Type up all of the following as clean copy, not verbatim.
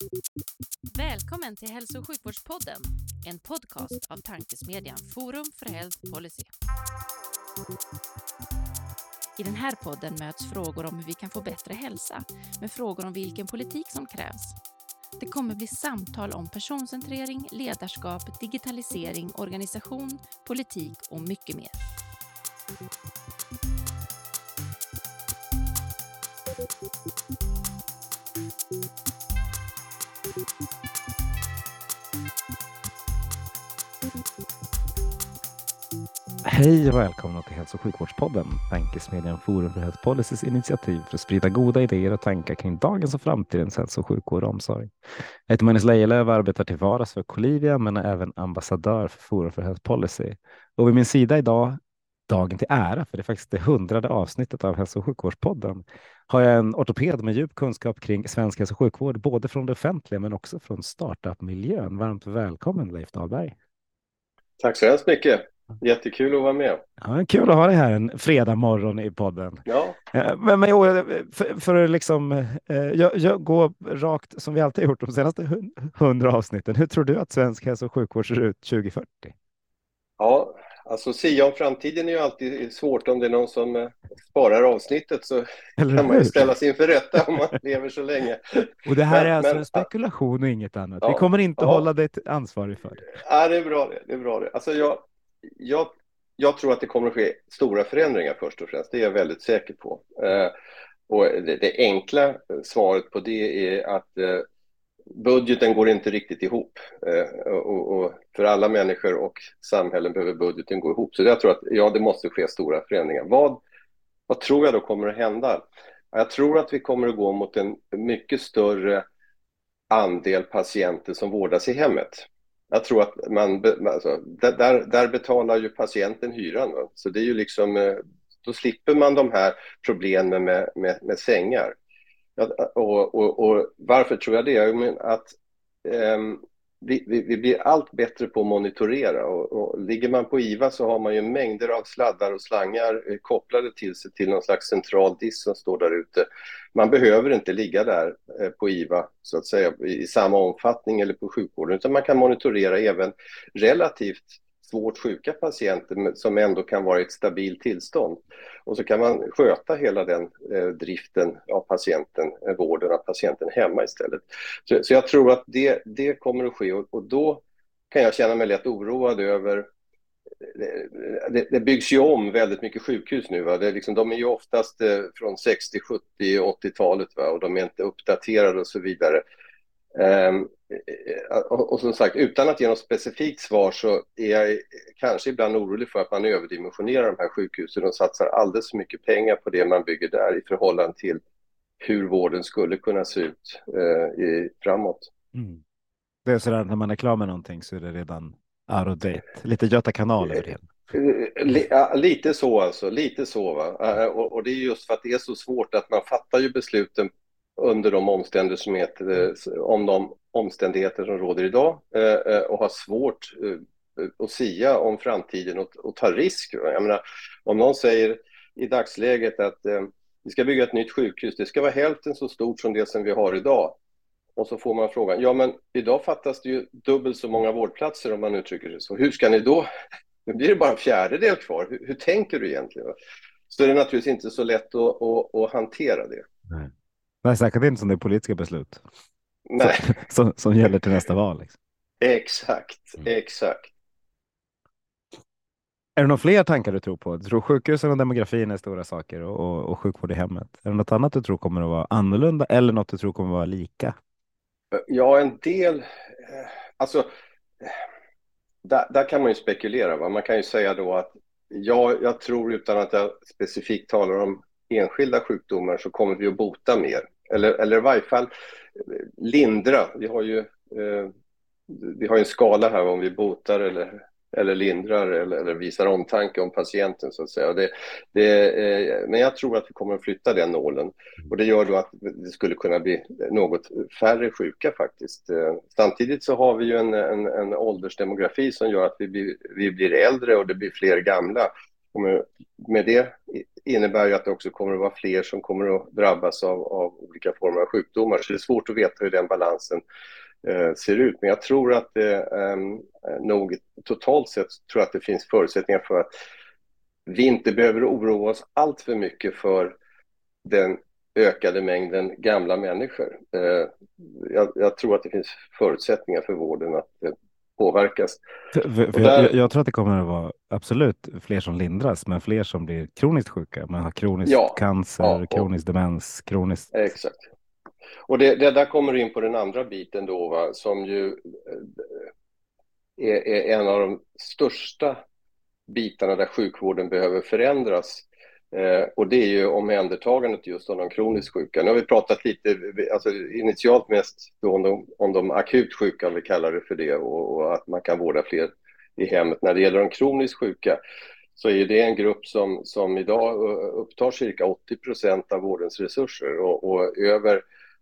Välkommen till Hälso- och sjukvårdspodden, en podcast av tankesmedjan Forum för Health Policy. I den här podden möts frågor om hur vi kan få bättre hälsa med frågor om vilken politik som krävs. Det kommer bli samtal om personcentrering, ledarskap, digitalisering, organisation, politik och mycket mer. Hej och välkomna till Hälso- och sjukvårdspodden, tankesmedjan Forum för Health Policys initiativ för att sprida goda idéer och tankar kring dagens och framtidens hälso- och sjukvård och omsorg. Jag heter Magnus Lejelöw och arbetar till vardags för Colivia men är även ambassadör för Forum för Health Policy. Och vid min sida idag, dagen till ära, för det är faktiskt det 100:e avsnittet av Hälso- och sjukvårdspodden, har jag en ortoped med djup kunskap kring svensk hälso- och sjukvård, både från det offentliga men också från startup-miljön. Varmt välkommen Leif Dahlberg. Tack så hemskt mycket. Jättekul att vara med. Ja, kul att ha dig här en fredag morgon i podden. Ja. Men för att liksom, jag går rakt som vi alltid har gjort de senaste 100 avsnitten. Hur tror du att svensk hälso- och sjukvård ser ut 2040? Ja, alltså sia om framtiden är ju alltid svårt. Om det är någon som sparar avsnittet så kan man ju ställas inför rätta om man lever så länge. Och det här är alltså en spekulation och inget annat. Ja, vi kommer inte hålla dig ansvarig för det. Ja, det är bra det. Det är bra det. Alltså jag tror att det kommer att ske stora förändringar först och främst. Det är jag väldigt säker på. Och det enkla svaret på det är att budgeten går inte riktigt ihop. Och för alla människor och samhällen behöver budgeten gå ihop. Så jag tror att det måste ske stora förändringar. Vad tror jag då kommer att hända? Jag tror att vi kommer att gå mot en mycket större andel patienter som vårdas i hemmet. Jag tror att där betalar ju patienten hyran. Va? Så det är ju liksom, då slipper man de här problemen med sängar. Och varför tror jag det? Jag menar att vi blir allt bättre på att monitorera. Och ligger man på IVA så har man ju mängder av sladdar och slangar kopplade till sig till någon slags central disk som står där ute. Man behöver inte ligga där på IVA så att säga i samma omfattning eller på sjukvården, utan man kan monitorera även relativt svårt sjuka patienter som ändå kan vara i ett stabilt tillstånd. Och så kan man sköta hela den driften av patienten, vården av patienten hemma istället. Så jag tror att det kommer att ske, och då kan jag känna mig lätt oroad över. Det byggs ju om väldigt mycket sjukhus nu. Va? De är ju oftast från 60, 70, 80-talet va? Och de är inte uppdaterade och så vidare. Och som sagt, utan att ge något specifikt svar så är jag kanske ibland orolig för att man överdimensionerar de här sjukhusen och satsar alldeles för mycket pengar på det man bygger där i förhållande till hur vården skulle kunna se ut framåt. Mm. Det är sådär när man är klar med någonting så är det redan out of date. Lite Göta kanal över det. Lite så alltså, lite så va. Och det är just för att det är så svårt att man fattar ju besluten under de omständigheter som råder idag och har svårt att sia om framtiden och ta risk. Jag menar, om någon säger i dagsläget att vi ska bygga ett nytt sjukhus, det ska vara hälften så stort som det som vi har idag. Och så får man frågan, ja men idag fattas det ju dubbelt så många vårdplatser om man uttrycker sig så. Hur ska ni då? Nu blir det bara en fjärdedel kvar. Hur tänker du egentligen? Så är det naturligtvis inte så lätt att hantera det. Nej. Det är säkert inte som det politiska beslut. Nej. Som gäller till nästa val. Liksom. Exakt. Är det några fler tankar du tror på? Du tror sjukhusen och demografin är stora saker och sjukvård i hemmet. Är det något annat du tror kommer att vara annorlunda eller något du tror kommer att vara lika? Ja, en del. Alltså, där kan man ju spekulera. Va? Man kan ju säga då att jag tror, utan att jag specifikt talar om enskilda sjukdomar, så kommer vi att bota mer. Eller i varje fall lindra. Vi har ju en skala här om vi botar eller lindrar eller visar omtanke om patienten så att säga. Men jag tror att vi kommer att flytta den nålen, och det gör då att det skulle kunna bli något färre sjuka faktiskt. Samtidigt så har vi ju en åldersdemografi som gör att vi blir äldre och det blir fler gamla. med det innebär ju att det också kommer att vara fler som kommer att drabbas av olika former av sjukdomar. Så det är svårt att veta hur den balansen ser ut. Men jag tror att det nog totalt sett tror att det finns förutsättningar för att vi inte behöver oroa oss allt för mycket för den ökade mängden gamla människor. Jag tror att det finns förutsättningar för vården att påverkas. Jag tror att det kommer att vara absolut fler som lindras, men fler som blir kroniskt sjuka. Man har kronisk cancer, kronisk demens, kroniskt... Exakt. Och det där kommer in på den andra biten då, va, som ju är en av de största bitarna där sjukvården behöver förändras. Och det är ju omhändertagandet just av de kroniskt sjuka. Nu har vi pratat lite, alltså initialt mest om de akut sjuka, om vi kallar det för det, och att man kan vårda fler i hemmet. När det gäller de kroniskt sjuka så är det en grupp som idag upptar cirka 80% av vårdens resurser, och över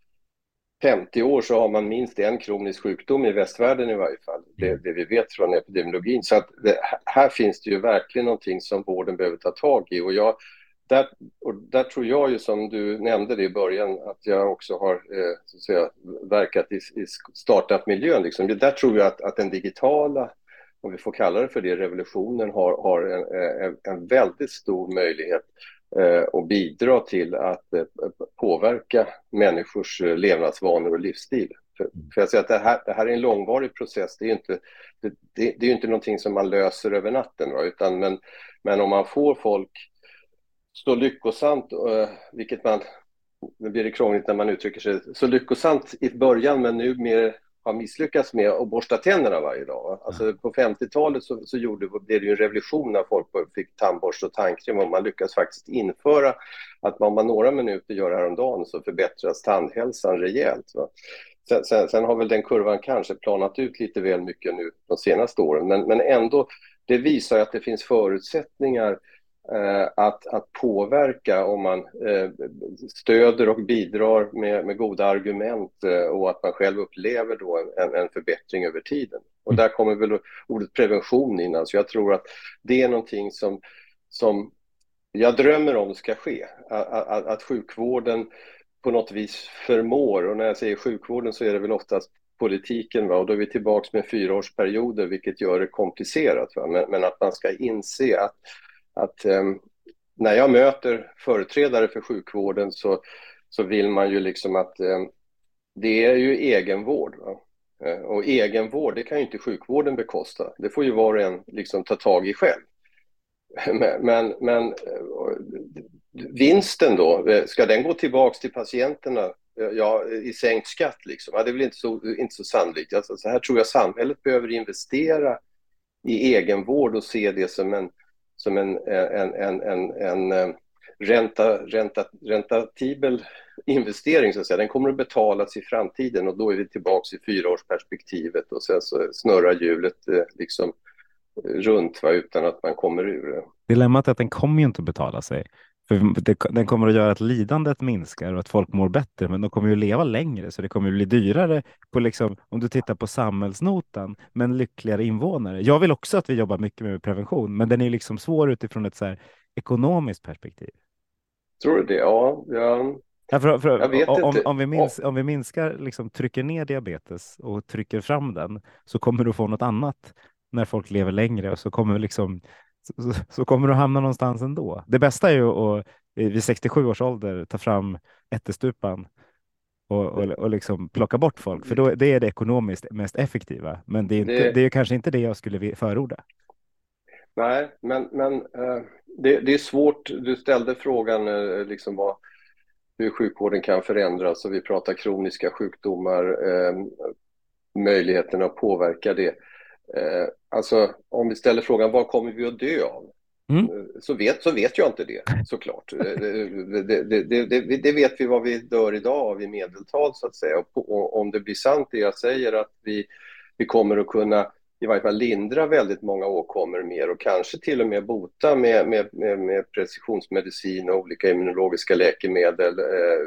50 år så har man minst en kronisk sjukdom i västvärlden i varje fall. Det vi vet från epidemiologin. Så att här finns det ju verkligen någonting som vården behöver ta tag i. Och där tror jag ju, som du nämnde det i början, att jag också har så att säga, verkat i startup-miljön. Liksom. Där tror jag att den digitala, om vi får kalla det för det, revolutionen har en väldigt stor möjlighet och bidra till att påverka människors levnadsvanor och livsstil. För jag säger att det här är en långvarig process. Det är ju inte någonting som man löser över natten, va? Men om man får folk så lyckosamt, vilket nu blir det krångligt när man uttrycker sig, så lyckosamt i början, men nu mer har misslyckats med att borsta tänderna varje dag. Alltså på 50-talet så blev det ju en revolution när folk fick tandborst och tandkräm, och man lyckas faktiskt införa att om man några minuter gör det här om dagen så förbättras tandhälsan rejält. Va? Sen har väl den kurvan kanske planat ut lite väl mycket nu de senaste åren, men ändå, det visar att det finns förutsättningar att påverka om man stöder och bidrar med goda argument, och att man själv upplever då en förbättring över tiden. Och där kommer väl ordet prevention in. Alltså jag tror att det är någonting som jag drömmer om ska ske. Att sjukvården på något vis förmår, och när jag säger sjukvården så är det väl oftast politiken, va? Och då är vi tillbaka med 4-årsperioder, vilket gör det komplicerat. Va? Men att man ska inse att när jag möter företrädare för sjukvården så vill man ju liksom att det är ju egenvård. Va? Och egenvård, det kan ju inte sjukvården bekosta. Det får ju var och en liksom ta tag i själv. Men vinsten då, ska den gå tillbaka till patienterna i sänkt skatt liksom? Ja, det är väl inte så sannolikt. Alltså, så här tror jag samhället behöver investera i egenvård och se det som en rentatabel investering, så att säga. Den kommer att betalas i framtiden, och då är vi tillbaka i 4-årsperspektivet, och sen så snurrar hjulet liksom runt, va, utan att man kommer ur det. Dilemmat är att den kommer ju inte att betala sig. För den kommer att göra att lidandet minskar och att folk mår bättre, men de kommer ju leva längre, så det kommer ju bli dyrare på liksom, om du tittar på samhällsnotan, men lyckligare invånare. Jag vill också att vi jobbar mycket med prevention, men den är liksom svår utifrån ett så här ekonomiskt perspektiv. Tror du det? Ja, jag vet inte. Om vi minskar, liksom, trycker ner diabetes och trycker fram den, så kommer du få något annat när folk lever längre, och så kommer liksom så kommer du hamna någonstans ändå. Det bästa är ju att vid 67 års ålder ta fram ättestupan och liksom plocka bort folk, för då det är det ekonomiskt mest effektiva, men det är kanske inte det jag skulle förorda. Nej, men det är svårt. Du ställde frågan liksom hur sjukvården kan förändras, och vi pratar kroniska sjukdomar, möjligheten att påverka det. Alltså om vi ställer frågan vad kommer vi att dö av, så vet jag inte det, såklart. Det vet vi vad vi dör idag av i medeltal, så att säga. Och om det blir sant det jag säger, att vi kommer att kunna i varje fall lindra väldigt många åkommor mer, och kanske till och med bota med precisionsmedicin och olika immunologiska läkemedel,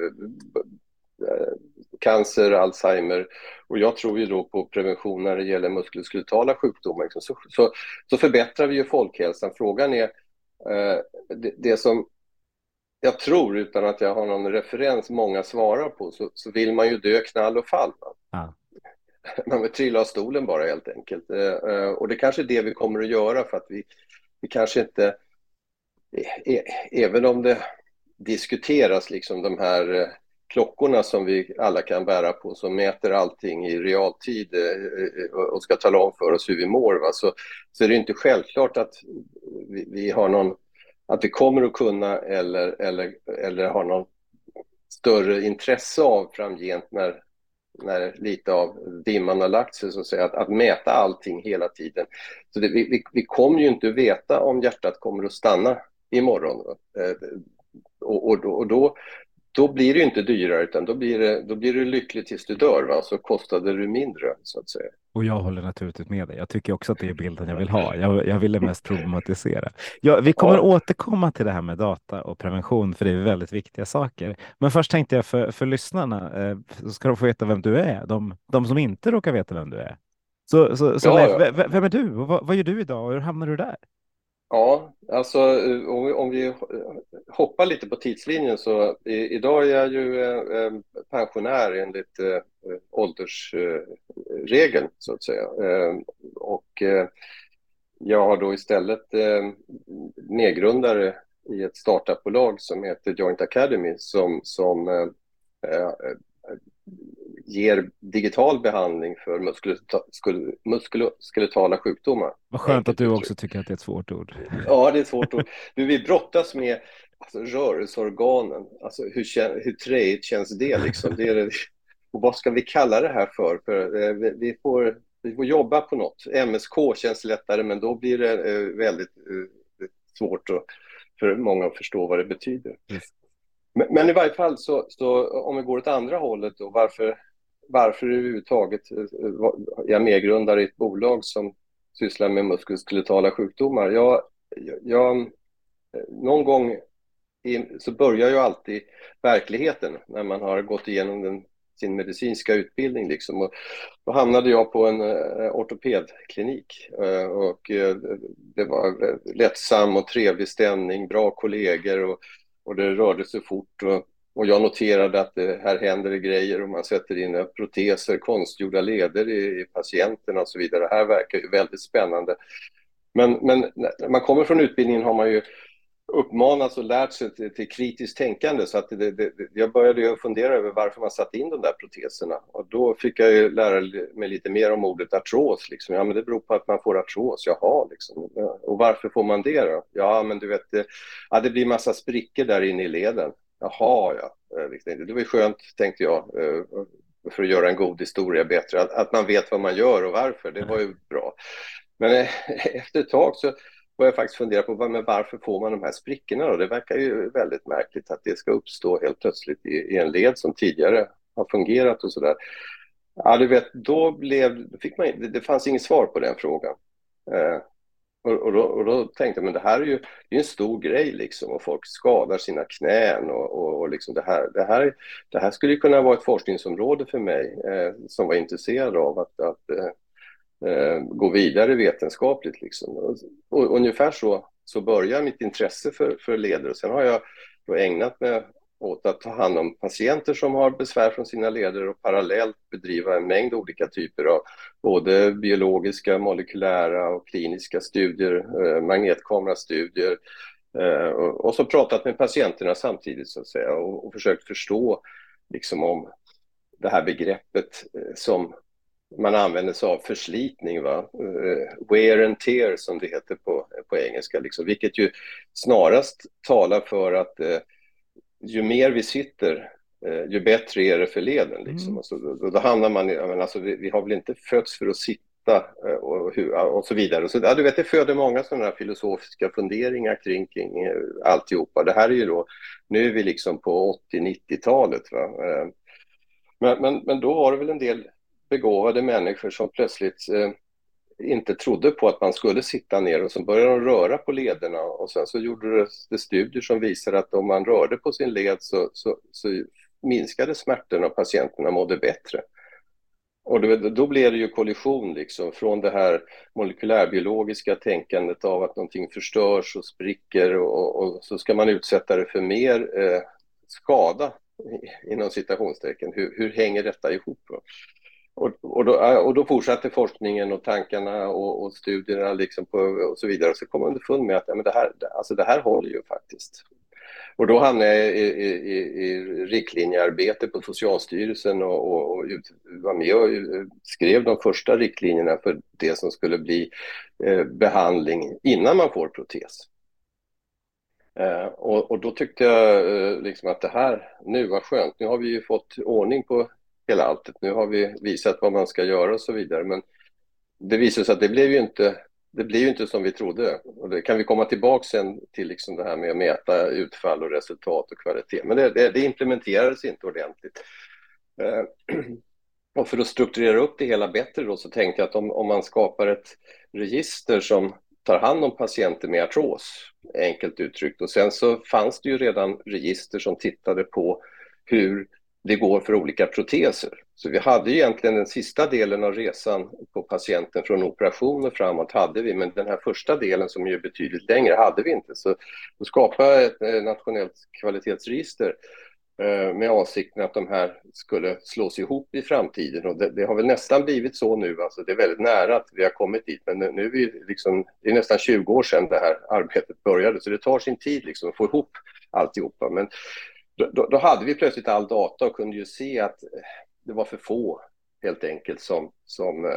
cancer, Alzheimer, och jag tror ju då på prevention när det gäller muskelskeletala sjukdomar, så förbättrar vi ju folkhälsan. Frågan är Det som jag tror, utan att jag har någon referens många svarar på, så vill man ju dö knall och fall. Ja. Man vill trilla av stolen bara helt enkelt. Och det kanske är det vi kommer att göra, för att vi kanske inte, även om det diskuteras liksom de här klockorna som vi alla kan bära på, som mäter allting i realtid och ska tala om för oss hur vi mår, va? Så är det inte självklart att vi har någon, att vi kommer att kunna eller har någon större intresse av framgent när lite av dimman har lagt sig, så att säga, att mäta allting hela tiden. Så vi kommer ju inte veta om hjärtat kommer att stanna imorgon. Och då blir det ju inte dyrare, utan då blir det lyckligt tills du dör, va? Så kostade du mindre, så att säga. Och jag håller naturligtvis med dig. Jag tycker också att det är bilden jag vill ha. Jag ville mest problematisera. Ja, vi kommer återkomma till det här med data och prevention, för det är väldigt viktiga saker. Men först tänkte jag för lyssnarna, så ska de få veta vem du är. De som inte råkar veta vem du är. Så Leif, vem är du? Och vad gör du idag? Och hur hamnar du där? Ja, alltså om vi hoppar lite på tidslinjen, så idag är jag ju pensionär enligt åldersregeln, så att säga. Och jag har då istället medgrundare i ett startupbolag som heter Joint Academy, som ger digital behandling för muskuloskeletala sjukdomar. Vad skönt att du också tycker att det är ett svårt ord. Ja, det är ett svårt ord. Vi brottas med rörelseorganen. Alltså, hur träigt känns det liksom? Och vad ska vi kalla det här för? Vi får jobba på något. MSK känns lättare, men då blir det väldigt svårt för många att förstå vad det betyder. Yes. Men i varje fall så om vi går åt andra hållet då, varför överhuvudtaget är jag medgrundare i ett bolag som sysslar med muskuloskeletala sjukdomar? Någon gång så börjar ju alltid verkligheten när man har gått igenom sin medicinska utbildning liksom. Och då hamnade jag på en ortopedklinik och det var lättsam och trevlig stämning, bra kollegor och det rörde sig fort och jag noterade att här händer det grejer och man sätter in proteser, konstgjorda leder i patienterna och så vidare. Det här verkar ju väldigt spännande. Men när man kommer från utbildningen har man ju uppmanats och lärt sig till kritiskt tänkande, så att jag började ju fundera över varför man satte in de där proteserna, och då fick jag ju lära mig lite mer om ordet artros liksom. Ja, men det beror på att man får artros, jaha liksom. Och varför får man det då? Ja, men du vet, det blir massa sprickor där inne i leden. Jaha, ja. Det var ju skönt, tänkte jag, för att göra en god historia bättre, att man vet vad man gör och varför, det var ju bra. Men efter ett tag så började jag faktiskt fundera på varför får man de här sprickorna då? Det verkar ju väldigt märkligt att det ska uppstå helt plötsligt i en led som tidigare har fungerat och sådär. Ja, du vet, då fick man, det fanns inget svar på den frågan. Och då tänkte jag, men det här är ju en stor grej liksom, och folk skadar sina knän och liksom det här skulle ju kunna vara ett forskningsområde för mig som var intresserad av att gå vidare vetenskapligt liksom. Och ungefär så börjar mitt intresse för leder, och sen har jag då ägnat mig åt att ta hand om patienter som har besvär från sina leder och parallellt bedriva en mängd olika typer av både biologiska, molekylära och kliniska studier, magnetkamerastudier, och så pratat med patienterna samtidigt, så att säga, och försökt förstå liksom om det här begreppet som man använder sig av, förslitning, va? Wear and tear som det heter på engelska liksom, vilket ju snarast talar för att ju mer vi sitter, ju bättre är det för leden liksom. Alltså, då hamnar man alltså, vi har väl inte fötts för att sitta och så vidare. Så, du vet, det föder många sådana här filosofiska funderingar kring alltihopa. Det här är ju då, nu är vi liksom på 80-90-talet, va? Men då var det väl en del begåvade människor som plötsligt inte trodde på att man skulle sitta ner, och så började de röra på lederna, och sen så gjorde det studier som visar att om man rörde på sin led så minskade smärtorna och patienterna mådde bättre. Och då blir det ju kollision liksom, från det här molekylärbiologiska tänkandet av att någonting förstörs och spricker och så ska man utsätta det för mer skada inom citationstecken. Hur hänger detta ihop? Och då fortsatte forskningen och tankarna och studierna liksom och så vidare. Och så kom man underfund med att ja, men det här håller ju faktiskt. Och då hamnade jag i riktlinjearbete på Socialstyrelsen och var med och skrev de första riktlinjerna för det som skulle bli behandling innan man får protes. Och då tyckte jag liksom att det här, nu var skönt, nu har vi ju fått ordning på hela alltet, nu har vi visat vad man ska göra och så vidare, men det visade sig att det blev ju inte som vi trodde. Och det kan vi komma tillbaka sen till liksom det här med att mäta utfall och resultat och kvalitet. Men det implementerades inte ordentligt. Och för att strukturera upp det hela bättre då, så tänkte jag att om man skapar ett register som tar hand om patienter med artros, enkelt uttryckt. Och sen så fanns det ju redan register som tittade på hur det går för olika proteser. Så vi hade ju egentligen den sista delen av resan på patienten från operation och framåt hade vi, men den här första delen som är betydligt längre hade vi inte. Så att skapa ett nationellt kvalitetsregister med avsikten att de här skulle slås ihop i framtiden, och det har väl nästan blivit så nu, alltså det är väldigt nära att vi har kommit dit, men nu är vi liksom, det är nästan 20 år sedan det här arbetet började, så det tar sin tid liksom att få ihop alltihopa. Men då hade vi plötsligt all data och kunde ju se att det var för få helt enkelt som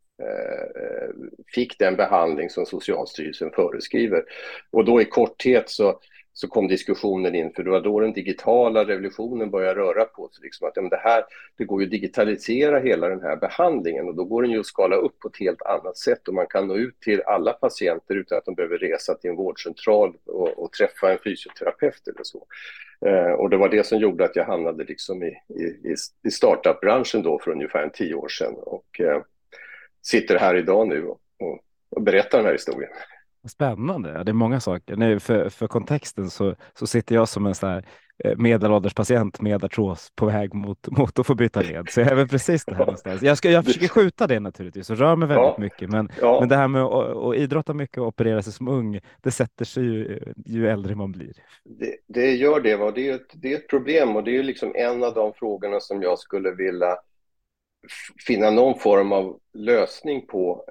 fick den behandling som Socialstyrelsen föreskriver. Och då i korthet så kom diskussionen in, för det var då den digitala revolutionen började röra på sig. Liksom att det går ju att digitalisera hela den här behandlingen, och då går den ju att skala upp på ett helt annat sätt, och man kan nå ut till alla patienter utan att de behöver resa till en vårdcentral och träffa en fysioterapeut eller så. Och det var det som gjorde att jag hamnade liksom i startup-branschen då för ungefär 10 år sedan, och sitter här idag nu och berättar den här historien. Spännande. Det är många saker. Nej, för kontexten så sitter jag som en sån här medelålders patient med artros på väg mot att få byta led. Så jag är väl precis det här någonstans. Jag försöker skjuta det naturligtvis och rör mig väldigt mycket. Men det här med att idrotta mycket och operera sig som ung, det sätter sig ju äldre man blir. Det gör det. Och det är ett problem, och det är liksom en av de frågorna som jag skulle vilja finna någon form av lösning på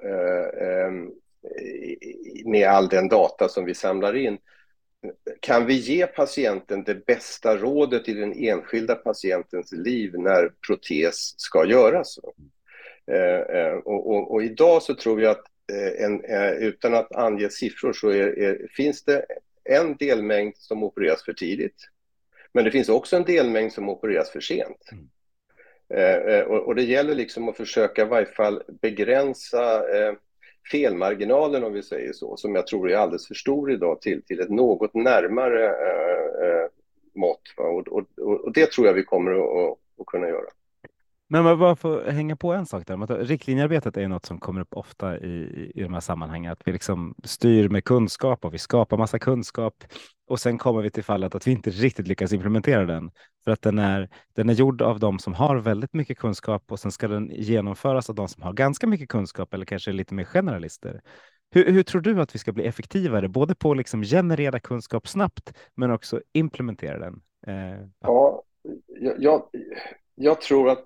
med all den data som vi samlar in. Kan vi ge patienten det bästa rådet i den enskilda patientens liv när protes ska göras? Och idag så tror jag att utan att ange siffror så finns det en delmängd som opereras för tidigt, men det finns också en delmängd som opereras för sent. Och det gäller liksom att försöka i varje fall begränsa felmarginalen, om vi säger så, som jag tror är alldeles för stor idag, till ett något närmare mått. Och det tror jag vi kommer att kunna göra. Men man bara får hänga på en sak där. Riktlinjearbetet är något som kommer upp ofta i de här sammanhangen. Att vi liksom styr med kunskap och vi skapar massa kunskap. Och sen kommer vi till fallet att vi inte riktigt lyckas implementera den. För att den är gjord av de som har väldigt mycket kunskap, och sen ska den genomföras av de som har ganska mycket kunskap eller kanske lite mer generalister. Hur tror du att vi ska bli effektivare? Både på liksom generera kunskap snabbt men också implementera den? Jag tror att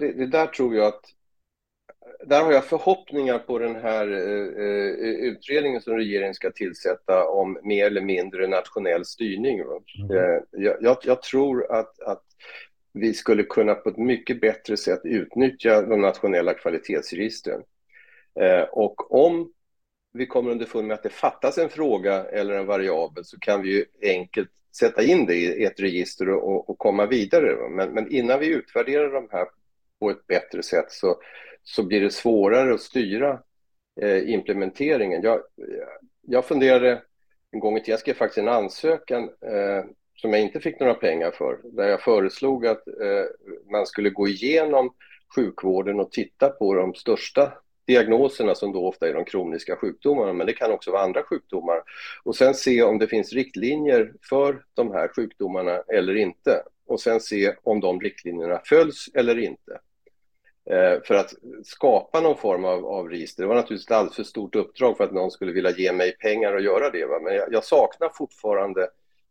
där har jag förhoppningar på den här utredningen som regeringen ska tillsätta om mer eller mindre nationell styrning. Jag tror att vi skulle kunna på ett mycket bättre sätt utnyttja de nationella kvalitetsregistren. Och om vi kommer underfund med att det fattas en fråga eller en variabel, så kan vi ju enkelt sätta in det i ett register och komma vidare. Men innan vi utvärderar de här på ett bättre sätt så blir det svårare att styra implementeringen. Jag funderade en gång i tiden, jag skrev faktiskt en ansökan som jag inte fick några pengar för, där jag föreslog att man skulle gå igenom sjukvården och titta på de största diagnoserna, som då ofta är de kroniska sjukdomarna, men det kan också vara andra sjukdomar, och sen se om det finns riktlinjer för de här sjukdomarna eller inte, och sen se om de riktlinjerna följs eller inte. för att skapa någon form av register. Det var naturligtvis ett alldeles för stort uppdrag för att någon skulle vilja ge mig pengar och göra det. Va? Men jag saknar fortfarande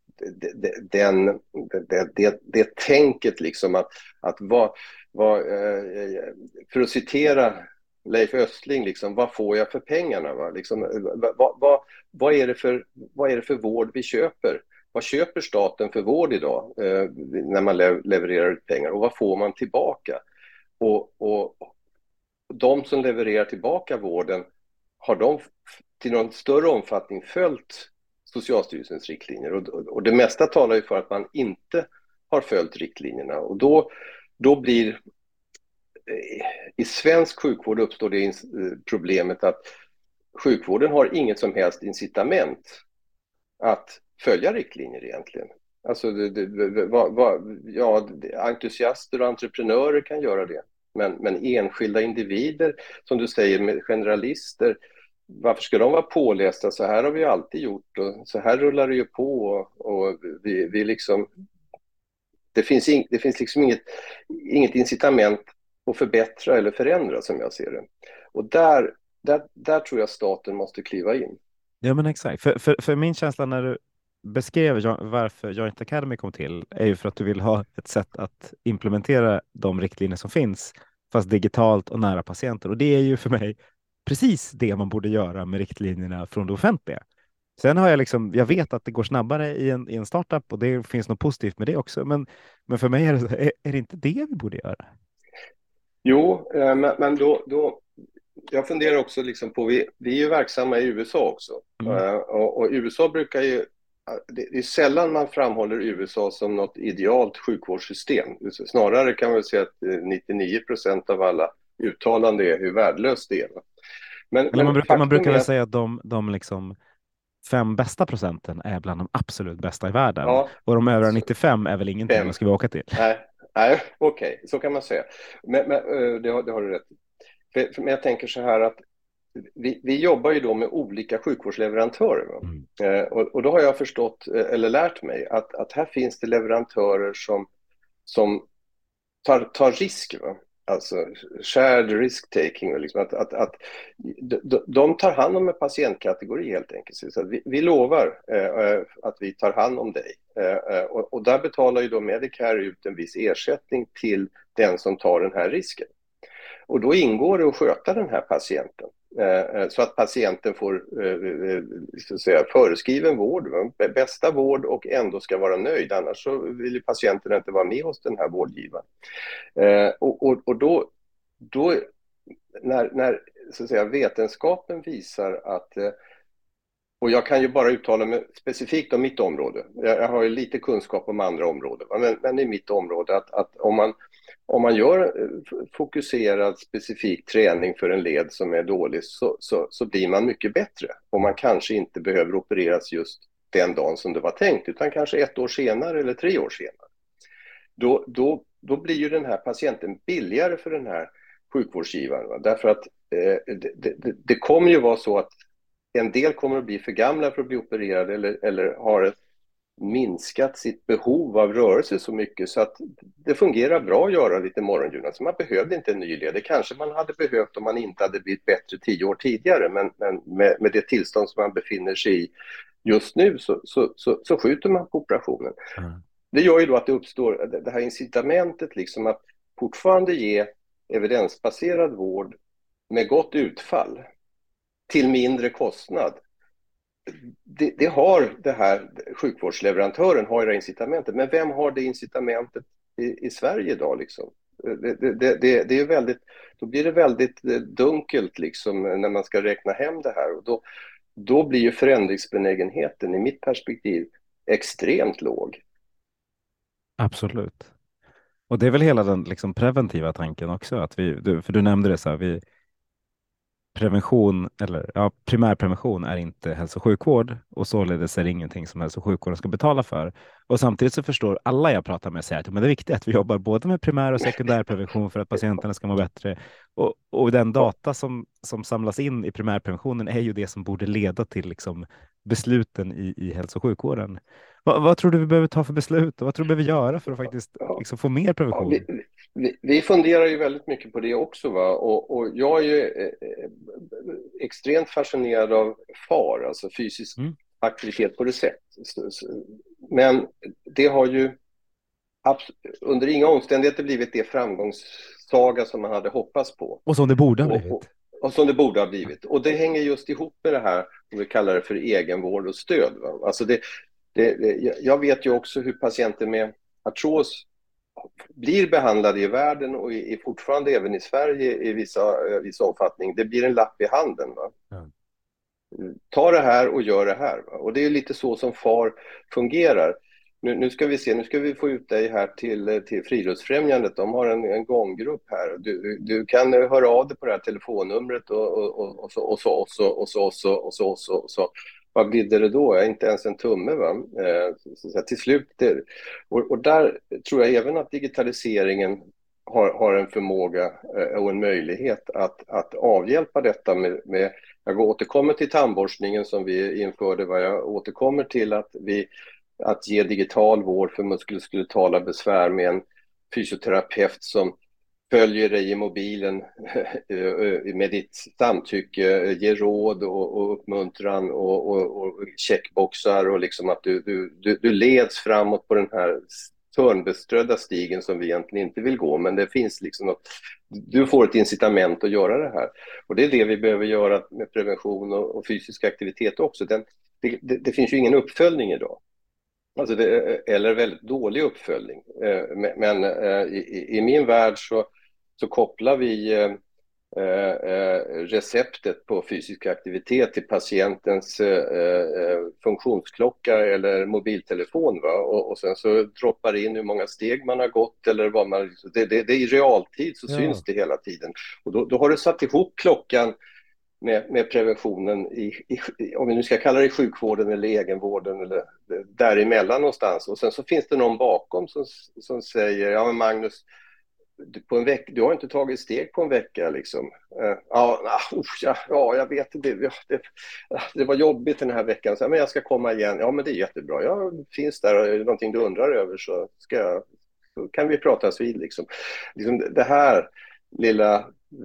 det tänket liksom att för att citera Leif Östling, liksom, vad får jag för pengarna? Va? Liksom, vad är det för vård vi köper? Vad köper staten för vård idag när man levererar ut pengar? Och vad får man tillbaka? Och de som levererar tillbaka vården, har de till någon större omfattning följt Socialstyrelsens riktlinjer? Och det mesta talar ju för att man inte har följt riktlinjerna. Och då blir i svensk sjukvård uppstår det problemet att sjukvården har inget som helst incitament att följa riktlinjer egentligen. Alltså entusiaster och entreprenörer kan göra det. Men enskilda individer, som du säger, med generalister, varför ska de vara pålästa? Så här har vi alltid gjort och så här rullar det ju på och vi liksom, det finns liksom inget incitament att förbättra eller förändra, som jag ser det. Och där tror jag staten måste kliva in. Ja, men exakt. För min känsla när du beskrev varför Joint Academy kom till är ju för att du vill ha ett sätt att implementera de riktlinjer som finns, fast digitalt och nära patienter. Och det är ju för mig precis det man borde göra med riktlinjerna från det offentliga. Sen har jag vet att det går snabbare i en startup och det finns något positivt med det också. Men för mig är det inte det vi borde göra. Jo, men då jag funderar också liksom på, vi är ju verksamma i USA också. Och USA brukar ju, det är sällan man framhåller USA som något idealt sjukvårdssystem. Snarare kan man säga att 99% av alla uttalanden är hur värdelöst det är. Men man brukar väl säga att de liksom 5 bästa procenten är bland de absolut bästa i världen. Ja, och de övriga 95 är väl ingenting man ska åka till. Nej, okej, så kan man säga. Men det har du rätt. Men jag tänker så här att vi jobbar ju då med olika sjukvårdsleverantörer. Och då har jag förstått, eller lärt mig, att här finns det leverantörer som tar risk. Va? Alltså shared risk taking. Liksom, att de tar hand om en patientkategori helt enkelt. Så att vi lovar att vi tar hand om dig. Och där betalar ju då Medicare ut en viss ersättning till den som tar den här risken. Och då ingår det att sköta den här patienten. Så att patienten får så att säga, föreskriven vård, bästa vård, och ändå ska vara nöjd. Annars så vill ju patienten inte vara med hos den här vårdgivaren. Och då när så att säga, vetenskapen visar att, och jag kan ju bara uttala mig specifikt om mitt område. Jag har ju lite kunskap om andra områden. Men i mitt område att om man gör fokuserad specifik träning för en led som är dålig så blir man mycket bättre. Och man kanske inte behöver opereras just den dagen som det var tänkt, utan kanske 1 år senare eller 3 år senare. Då blir ju den här patienten billigare för den här sjukvårdsgivaren. Va? Därför att det kommer ju vara så att en del kommer att bli för gamla för att bli opererade eller har minskat sitt behov av rörelse så mycket så att det fungerar bra att göra lite morgongymnastik. Så man behövde inte en ny led. Det kanske man hade behövt om man inte hade blivit bättre 10 år tidigare. Men med det tillstånd som man befinner sig i just nu så skjuter man på operationen. Det gör ju då att det uppstår det här incitamentet liksom att fortfarande ge evidensbaserad vård med gott utfall till mindre kostnad. Det har det här sjukvårdsleverantören har det incitamentet, men vem har det incitamentet i Sverige idag liksom? Det är väldigt, då blir det väldigt dunkelt liksom när man ska räkna hem det här, och då blir ju förändringsbenägenheten i mitt perspektiv extremt låg. Absolut. Och det är väl hela den liksom preventiva tanken också, att för du nämnde det så här, primärprevention är inte hälso- och sjukvård, och således är det ingenting som hälso- och sjukvården ska betala för. Och samtidigt så förstår alla jag pratar med säger att men det är viktigt att vi jobbar både med primär och sekundärprevention för att patienterna ska må bättre. Och den data som samlas in i primärpreventionen är ju det som borde leda till liksom besluten i hälso- och sjukvården. Vad tror du vi behöver ta för beslut och vad tror du vi behöver göra för att faktiskt liksom få mer Ja, prevention? vi funderar ju väldigt mycket på det också, va? Och jag är ju extremt fascinerad av FAR, alltså fysisk aktivitet på recept. Men det har ju under inga omständigheter blivit det framgångssaga som man hade hoppats på. Och som det borde ha blivit. Och som det borde ha blivit. Och det hänger just ihop med det här, som vi kallar det för egenvård och stöd. Va? Alltså jag vet ju också hur patienter med artros blir behandlade i världen och fortfarande även i Sverige i viss omfattning. Det blir en lapp i handen. Va? Ta det här och gör det här. Va? Och det är lite så som FAR fungerar. Nu ska vi se, nu ska vi få ut dig här till Friluftsfrämjandet. De har en gånggrupp här. Du kan höra av dig på det här telefonnumret och så. Vad blir det då? Inte ens en tumme, va? Så till slut. Och där tror jag även att digitaliseringen har en förmåga och en möjlighet att avhjälpa detta med jag återkommer till tandborstningen som vi införde. Jag återkommer till att ge digital vård för muskuloskeletala besvär med en fysioterapeut som följer dig i mobilen med ditt samtycke, ger råd och uppmuntran och checkboxar och liksom att du leds framåt på den här törnbeströdda stigen som vi egentligen inte vill gå, men det finns liksom något, du får ett incitament att göra det här. Och det är det vi behöver göra med prevention och fysisk aktivitet också. Det finns ju ingen uppföljning idag. Alltså eller väldigt dålig uppföljning. Men i min värld så kopplar vi receptet på fysisk aktivitet till patientens funktionsklocka eller mobiltelefon, va? Och sen så droppar in hur många steg man har gått eller vad man, det är i realtid så syns det hela tiden. Och då har du satt ihop klockan med preventionen om vi nu ska kalla det sjukvården eller egenvården eller däremellan någonstans. Och sen så finns det någon bakom som säger, ja men Magnus, på en vecka, du har inte tagit steg på en vecka liksom. Jag vet inte, det var jobbigt den här veckan, så, men jag ska komma igen. Ja men det är jättebra, jag finns där och är det någonting du undrar över så kan vi pratas vid liksom det här lilla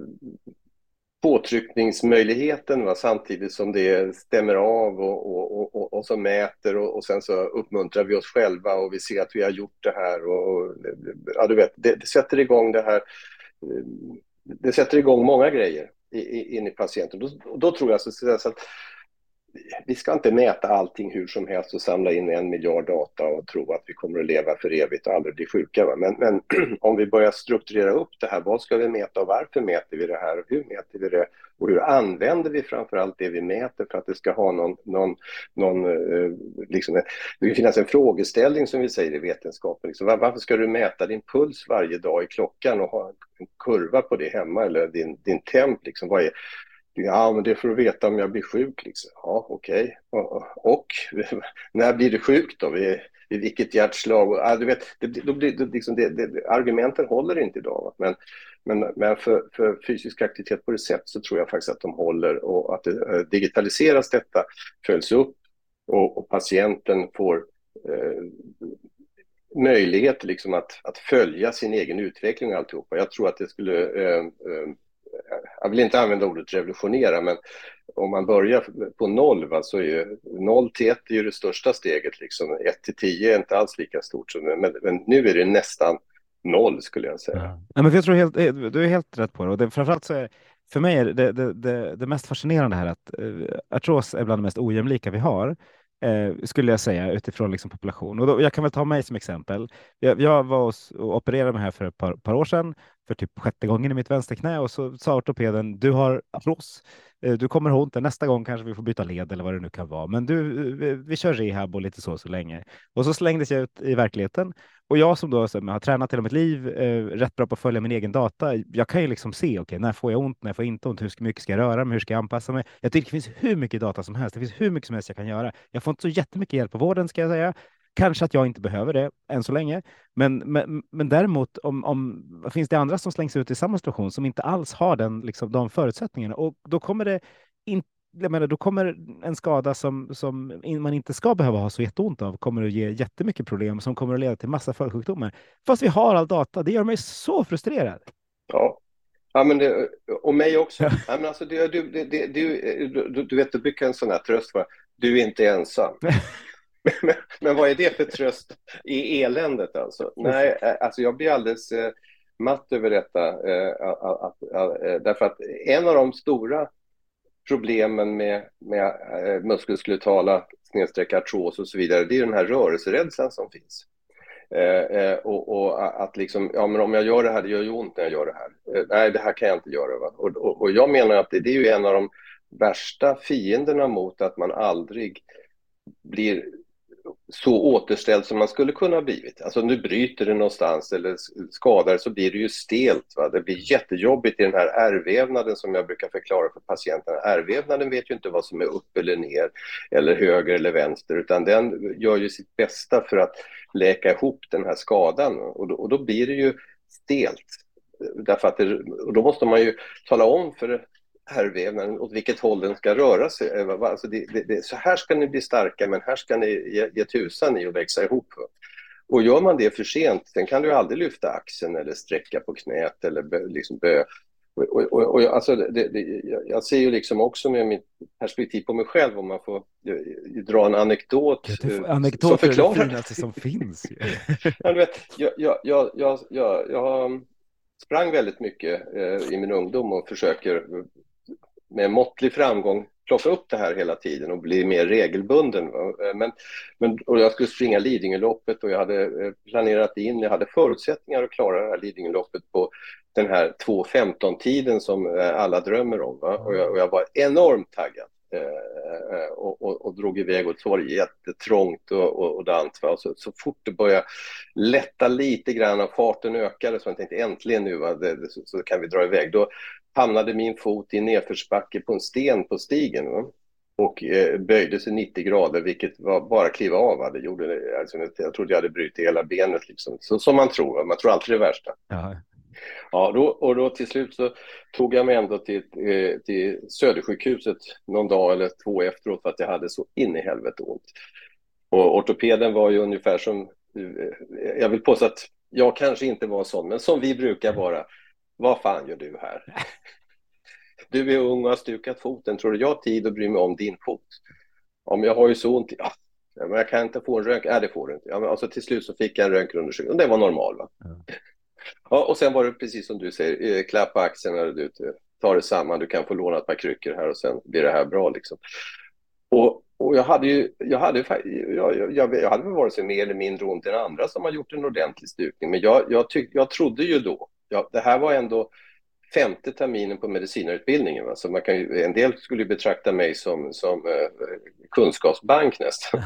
påtryckningsmöjligheten, va? Samtidigt som det stämmer av och så mäter och sen så uppmuntrar vi oss själva och vi ser att vi har gjort det här ja, du vet, det sätter igång det här, det sätter igång många grejer in i patienten. Då tror jag så att vi ska inte mäta allting hur som helst och samla in 1 miljard data och tro att vi kommer att leva för evigt och aldrig bli sjuka. Va? Men om vi börjar strukturera upp det här, vad ska vi mäta och varför mäter vi det här och hur mäter vi det och hur använder vi framförallt det vi mäter för att det ska ha någon liksom, det kan finnas en frågeställning som vi säger i vetenskapen. Liksom, varför ska du mäta din puls varje dag i klockan och ha en kurva på det hemma eller din temp? Liksom, vad är Ja, men det är för att veta om jag blir sjuk. Liksom. Ja, okej. Och när blir du sjuk då? Vid vilket hjärtslag? Ja, du vet, då blir liksom argumenten håller inte idag. Va? Men för fysisk aktivitet på recept så tror jag faktiskt att de håller och att det digitaliseras detta, följs upp och patienten får möjlighet liksom att följa sin egen utveckling och alltihopa. Jag tror att det skulle... jag vill inte använda ordet revolutionera, men om man börjar på 0, va, så är ju 0 till 1 är ju det största steget. Liksom. 1 till 10 är inte alls lika stort. Men nu är det nästan 0 skulle jag säga. Ja, men jag tror du är helt rätt på det. Och framförallt så är för mig är det mest fascinerande här att artros är bland det mest ojämlika vi har. Skulle jag säga utifrån liksom population. Och jag kan väl ta mig som exempel. Jag var och opererade mig här för ett par år sedan för typ 6:e gången i mitt vänsterknä och så sa ortopeden, du har artros. Du kommer ihåg inte, nästa gång kanske vi får byta led eller vad det nu kan vara. Men vi kör rehab och lite så länge. Och så slängdes jag ut i verkligheten. Och jag som då har tränat hela mitt liv, rätt bra på att följa min egen data. Jag kan ju liksom se, okej, när får jag ont, när får jag inte ont, hur mycket ska jag röra mig, hur ska jag anpassa mig. Jag tycker det finns hur mycket data som helst, det finns hur mycket som helst jag kan göra. Jag får inte så jättemycket hjälp på vården ska jag säga. Kanske att jag inte behöver det än så länge, men däremot om finns det andra som slängs ut i samma situation som inte alls har den, liksom, de förutsättningarna, och då kommer det inte, jag menar, då kommer en skada som man inte ska behöva ha så jätteont av, kommer att ge jättemycket problem som kommer att leda till massa följdsjukdomar. Fast vi har all data, det gör mig så frustrerad. Ja. Ja, men det, och mig också. Ja, men alltså, du vet, du brukar en sån här tröst för du är inte ensam. Men vad är det för tröst i eländet alltså? Nej, alltså jag blir alldeles matt över detta. Därför att en av de stora problemen med muskuloskeletala artros och så vidare, det är den här rörelserädslan som finns. Och att liksom, ja men om jag gör det här, det gör ju ont när jag gör det här. Nej, det här kan jag inte göra. Va? Och jag menar att det är ju en av de värsta fienderna mot att man aldrig blir så återställd som man skulle kunna ha blivit. Alltså om du bryter det någonstans eller skadar så blir det ju stelt. Va? Det blir jättejobbigt i den här ärrvävnaden som jag brukar förklara för patienterna. Ärrvävnaden vet ju inte vad som är upp eller ner eller höger eller vänster, utan den gör ju sitt bästa för att läka ihop den här skadan. Och då blir det ju stelt. Därför att och då måste man ju tala om för ärrvävnaden åt vilket håll den ska röra sig. Alltså så här ska ni bli starka, men här ska ni ge tusan i att växa ihop. Och gör man det för sent, sen kan du aldrig lyfta axeln eller sträcka på knät eller liksom bö. Och alltså jag ser ju liksom också med mitt perspektiv på mig själv, om man får dra en anekdot. Anekdot är det finaste som finns. Ja, du vet, jag sprang väldigt mycket i min ungdom och försöker med måttlig framgång plocka upp det här hela tiden och bli mer regelbunden. Och jag skulle springa Lidingöloppet och jag hade planerat in, jag hade förutsättningar att klara det här Lidingöloppet på den här 2:15-tiden som alla drömmer om. Va? Och jag var enormt taggad och drog iväg, och det var jättetrångt och dant. Va? Och så fort det började lätta lite grann och farten ökade, så jag tänkte äntligen nu, va? Så kan vi dra iväg. Då hamnade min fot i nedförsbacke på en sten på stigen, va? Och böjde sig 90 grader, vilket var bara kliva av. Va? Det gjorde, alltså, jag trodde jag hade brutit hela benet. Liksom. Så, som man tror, va? Man tror alltid det värsta. Jaha. Ja, då till slut så tog jag mig ändå till Södersjukhuset någon dag eller två efteråt, för att jag hade så in i helvete ont. Och ortopeden var ju ungefär som, jag vill påstå att jag kanske inte var sån, men som vi brukar vara. Vad fan gör du här? Du är ung och har stukat foten. Tror du jag har tid att bry mig om din fot? Om jag har ju så ont. Ja, men jag kan inte få en röntgen. Nej, det får du inte. Ja, men alltså till slut så fick jag en röntgenundersökning. Och det var normal, va? Mm. Ja, och sen var det precis som du säger. Klappa axeln när du tar det samman. Du kan få låna ett par kryckor här och sen blir det här bra liksom. Och jag hade varit så mer eller mindre ont än andra som har gjort en ordentlig stukning. Men jag trodde ju då. Ja, det här var ändå 5:e terminen på medicinarutbildningen. Va? Så en del skulle betrakta mig som kunskapsbank nästan.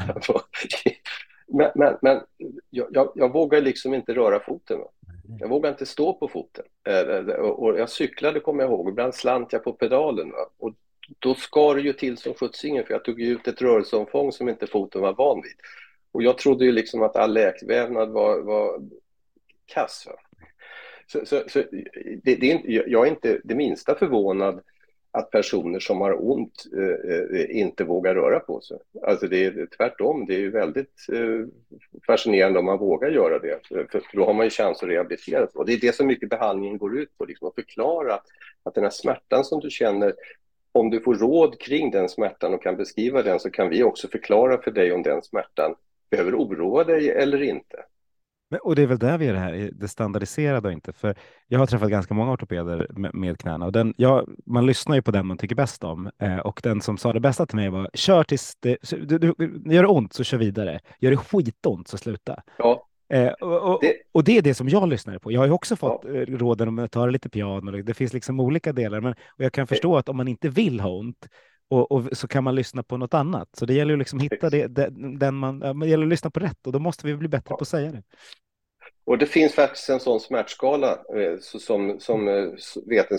men jag vågar liksom inte röra foten. Va? Jag vågar inte stå på foten. Och jag cyklade, kommer jag ihåg. Ibland slant jag på pedalen. Va? Och då skar det ju till som skjutsingen, för jag tog ut ett rörelseomfång som inte foten var van vid. Och jag trodde ju liksom att all läkvävnad var kass. Va? Så jag är inte det minsta förvånad att personer som har ont inte vågar röra på sig. Alltså det är tvärtom, det är ju väldigt fascinerande om man vågar göra det. För då har man ju chans att rehabilitera. Och det är det som mycket behandlingen går ut på, liksom, att förklara att den här smärtan som du känner, om du får råd kring den smärtan och kan beskriva den, så kan vi också förklara för dig om den smärtan behöver oroa dig eller inte. Och det är väl där vi är det här, det standardiserade och inte. För jag har träffat ganska många ortopeder med knäna, och man lyssnar ju på den man tycker bäst om. Och den som sa det bästa till mig var: kör tills det gör ont så kör vidare. Gör det skitont så sluta. Ja. Och det är det som jag lyssnar på. Jag har ju också fått råden om att ta lite piano. Det finns liksom olika delar. Och jag kan förstå att om man inte vill ha ont, och så kan man lyssna på något annat. Så det gäller ju liksom att hitta man gäller att lyssna på rätt, och då måste vi bli bättre på att säga det. Och det finns faktiskt en sån smärtskala som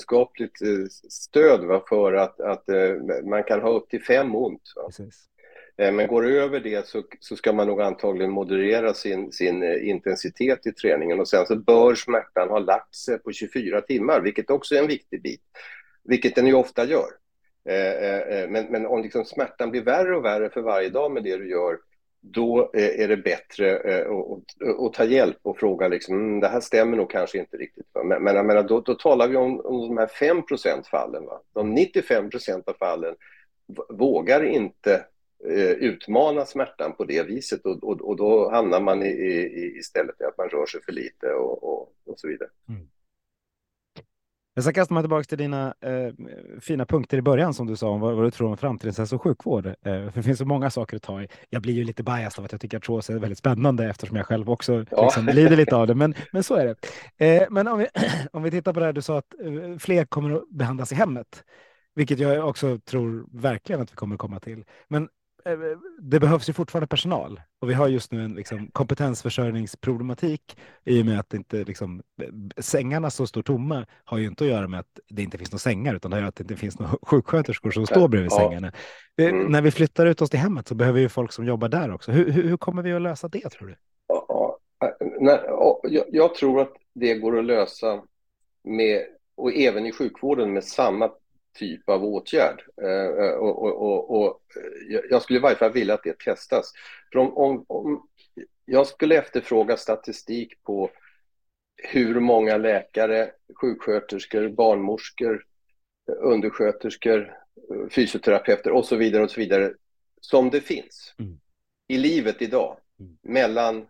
vetenskapligt stöd, va, för att man kan ha upp till 5 ont. Va? Men går det över det så ska man nog antagligen moderera sin intensitet i träningen, och sen så bör smärtan ha lagt sig på 24 timmar, vilket också är en viktig bit, vilket den ju ofta gör. Men om liksom smärtan blir värre och värre för varje dag med det du gör, då är det bättre att ta hjälp och fråga liksom, det här stämmer nog kanske inte riktigt. Men jag menar, då talar vi om de här 5% fallen. Va? De 95% av fallen vågar inte utmana smärtan på det viset, och då hamnar man istället i att man rör sig för lite och så vidare. Mm. Jag ska kasta mig tillbaka till dina fina punkter i början som du sa om vad du tror om framtidens hälso- och sjukvård. För det finns så många saker att ta i. Jag blir ju lite biased av att jag tycker att artros är väldigt spännande eftersom jag själv också liksom lider lite av det. Men så är det. Men om vi tittar på det här, du sa att fler kommer att behandlas i hemmet. Vilket jag också tror verkligen att vi kommer att komma till. Men det behövs ju fortfarande personal. Och vi har just nu en liksom, kompetensförsörjningsproblematik i och med att inte, liksom, sängarna som står tomma har ju inte att göra med att det inte finns några sängar, utan det har att det inte finns några sjuksköterskor som står bredvid sängarna. När vi flyttar ut oss till hemmet så behöver vi folk som jobbar där också. Hur kommer vi att lösa det, tror du? Jag tror att det går att lösa med, och även i sjukvården, med samma typ av åtgärd. Och jag skulle i varje fall vilja att det testas. För om jag skulle efterfråga statistik på hur många läkare, sjuksköterskor, barnmorskor, undersköterskor, fysioterapeuter och så vidare som det finns i livet idag, mellan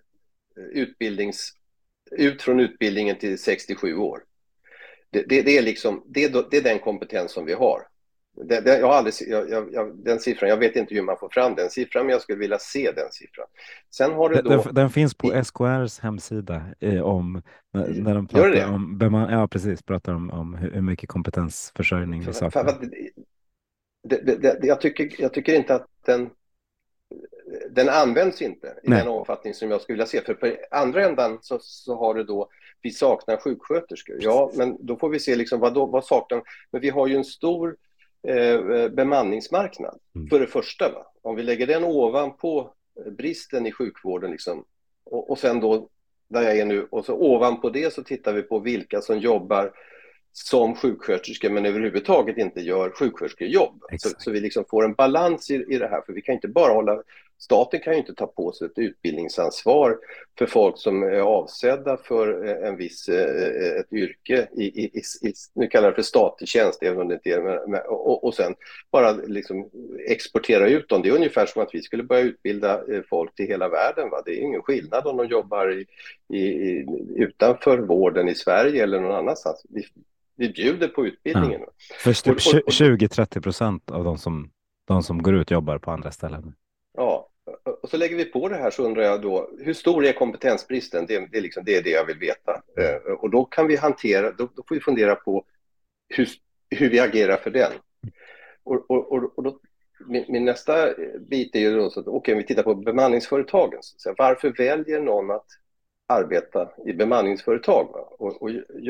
ut från utbildningen till 67 år. Det är liksom, det är den kompetens som vi har. Jag har aldrig, den siffran, jag vet inte hur man får fram den siffran, men jag skulle vilja se den siffran. Sen har det då, den finns på SKR:s hemsida när de pratar om pratar om hur mycket kompetensförsörjning vi saknar. Jag tycker inte att den används inte i den omfattning som jag skulle vilja se. För på andra ändan så har det då, vi saknar sjuksköterskor. Ja, men då får vi se liksom vad saknar. Men vi har ju en stor bemanningsmarknad för det första. Va? Om vi lägger den ovanpå bristen i sjukvården liksom, och sen då där jag är nu, och så ovanpå det så tittar vi på vilka som jobbar som sjuksköterskor men överhuvudtaget inte gör sjuksköterskejobb. Så vi liksom får en balans i det här, för vi kan inte bara staten kan ju inte ta på sig ett utbildningsansvar för folk som är avsedda för en viss ett yrke nu kallar det för statlig tjänst, även om det inte är, och sen bara liksom exportera ut dem. Det är ungefär som att vi skulle börja utbilda folk till hela världen. Va? Det är ingen skillnad om de jobbar utanför vården i Sverige eller någon annanstans. Vi bjuder på utbildningen. Ja. För typ 20-30% av de som går ut jobbar på andra ställen. Ja, och så lägger vi på det här, så undrar jag då, hur stor är kompetensbristen? Det är det jag vill veta. Och då kan vi då får vi fundera på hur vi agerar för den. Och då, min nästa bit är ju då så att vi tittar på bemanningsföretagen. Så varför väljer någon att arbeta i bemanningsföretag? Va? Och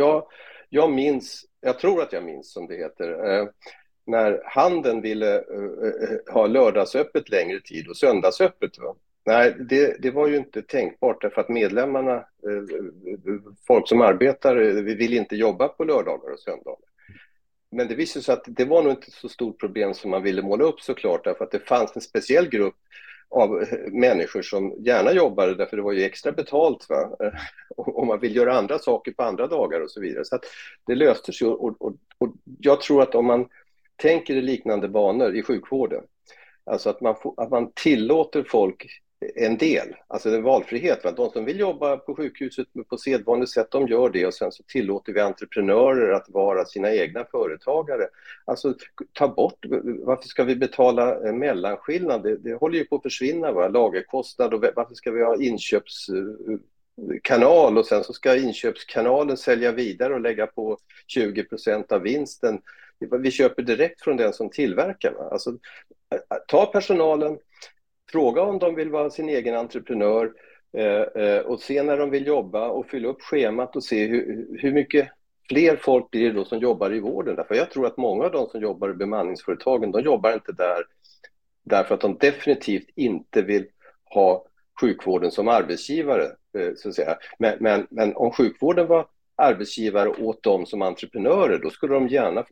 jag tror att jag minns, som det heter, när handeln ville ha lördagsöppet längre tid och söndagsöppet. Va? Nej, det var ju inte tänkbart, därför att medlemmarna, folk som arbetar, vill inte jobba på lördagar och söndagar. Men det visade sig att det var nog inte så stort problem som man ville måla upp, såklart, därför att det fanns en speciell grupp av människor som gärna jobbade, därför det var ju extra betalt, va? Och man vill göra andra saker på andra dagar och så vidare. Så att det löste sig, och jag tror att om man tänker i liknande banor i sjukvården, alltså att man tillåter folk en del, alltså en valfrihet. Va? De som vill jobba på sjukhuset på sedvanligt sätt, de gör det, och sen så tillåter vi entreprenörer att vara sina egna företagare. Alltså ta bort, varför ska vi betala mellanskillnad? Det håller ju på att försvinna, va? Lagerkostnad, och varför ska vi ha inköpskanal, och sen så ska inköpskanalen sälja vidare och lägga på 20% av vinsten. Vi köper direkt från den som tillverkar. Va? Alltså, ta personalen, fråga om de vill vara sin egen entreprenör, och se när de vill jobba och fylla upp schemat och se hur mycket fler folk blir det då som jobbar i vården. Därför jag tror att många av de som jobbar i bemanningsföretagen, de jobbar inte där därför att de definitivt inte vill ha sjukvården som arbetsgivare, så att säga. Men om sjukvården var arbetsgivare åt dem som entreprenörer, då skulle de gärna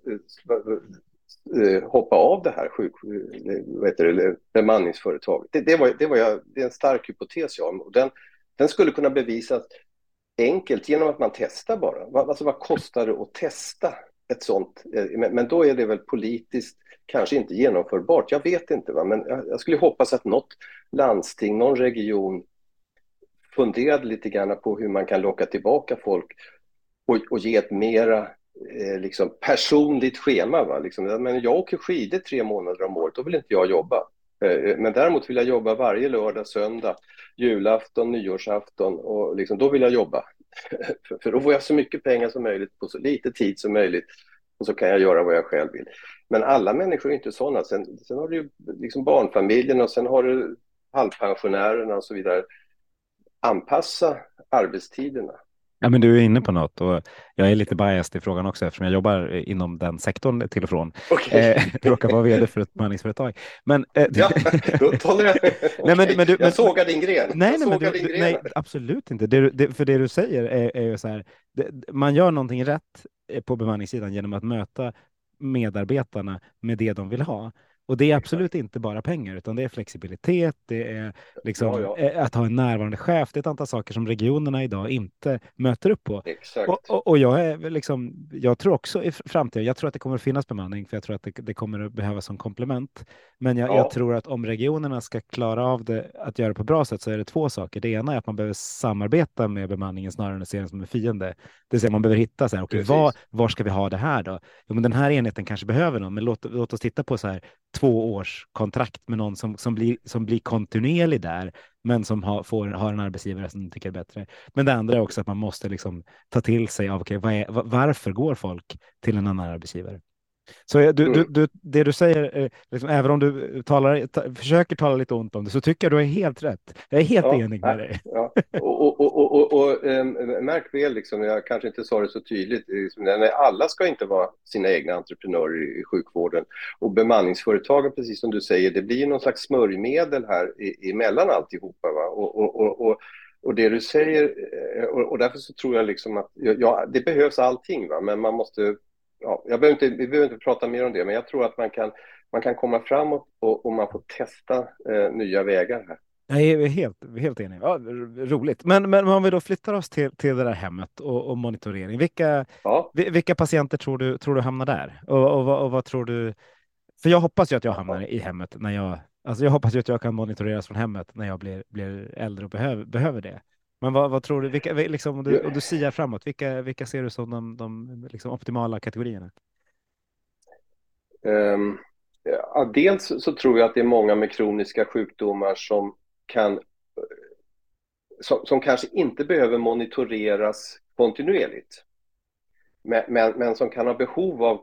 hoppa av det här bemanningsföretaget. Det är en stark hypotes jag har. Och den skulle kunna bevisas enkelt genom att man testar bara. Alltså vad kostar det att testa ett sånt? Men då är det väl politiskt kanske inte genomförbart. Jag vet inte, va? Men jag skulle hoppas att något landsting, någon region funderade lite grann på hur man kan locka tillbaka folk och ge ett mera liksom personligt schema. Va? Liksom, men jag åker skidor 3 månader om året, då vill inte jag jobba. Men däremot vill jag jobba varje lördag, söndag, julafton, nyårsafton, och liksom, då vill jag jobba. För då får jag så mycket pengar som möjligt på så lite tid som möjligt, och så kan jag göra vad jag själv vill. Men alla människor är inte sådana. Sen har du ju liksom barnfamiljen, och sen har du halvpensionärerna och så vidare. Anpassa arbetstiderna. Ja, men du är inne på något, och jag är lite biased i frågan också eftersom jag jobbar inom den sektorn till och från. Okay. Råkar vara vd för ett bemanningsföretag. Men, ja, då talar jag. Okay. Nej, jag sågar din gren. Nej, absolut inte. För det du säger är ju så här, man gör någonting rätt på bemanningssidan genom att möta medarbetarna med det de vill ha. Och det är absolut inte bara pengar, utan det är flexibilitet, det är liksom att ha en närvarande chef. Det är ett antal saker som regionerna idag inte möter upp på. Exakt. Och jag är liksom, jag tror också i framtiden, jag tror att det kommer att finnas bemanning, för jag tror att det kommer att behövas som komplement. Men jag tror att om regionerna ska klara av det, att göra det på bra sätt, så är det 2 saker. Det ena är att man behöver samarbeta med bemanningen snarare än att se den som en fiende. Det vill säga man behöver hitta så här, okej, var ska vi ha det här då? Jo, men den här enheten kanske behöver någon, men låt oss titta på så här 2 års kontrakt med någon som blir kontinuerlig där, men som har en arbetsgivare som tycker det är bättre. Men det andra är också att man måste liksom ta till sig av varför går folk till en annan arbetsgivare? Så det du säger, liksom, även om du försöker tala lite ont om det, så tycker jag du är helt rätt. Jag är helt enig med dig. Ja. Märk väl, liksom, jag kanske inte sa det så tydligt, liksom, alla ska inte vara sina egna entreprenörer i sjukvården. Och bemanningsföretagen, precis som du säger, det blir någon slags smörjmedel här emellan alltihopa. Va? Och det du säger, och därför så tror jag liksom att det behövs allting, va? Men man måste... Ja, vi behöver inte prata mer om det, men jag tror att man kan komma framåt och man får testa nya vägar här. Jag är helt enig. Ja, roligt. Men om vi då flyttar oss till det där hemmet och monitorering. Vilka patienter tror du hamnar där? Och vad tror du? För jag hoppas ju att jag hamnar i hemmet jag hoppas ju att jag kan monitoreras från hemmet när jag blir äldre och behöver det. Men vad tror du, vilka, liksom, om du siar framåt, vilka ser du som de liksom optimala kategorierna? Dels så tror jag att det är många med kroniska sjukdomar som kanske inte behöver monitoreras kontinuerligt. Men som kan ha behov av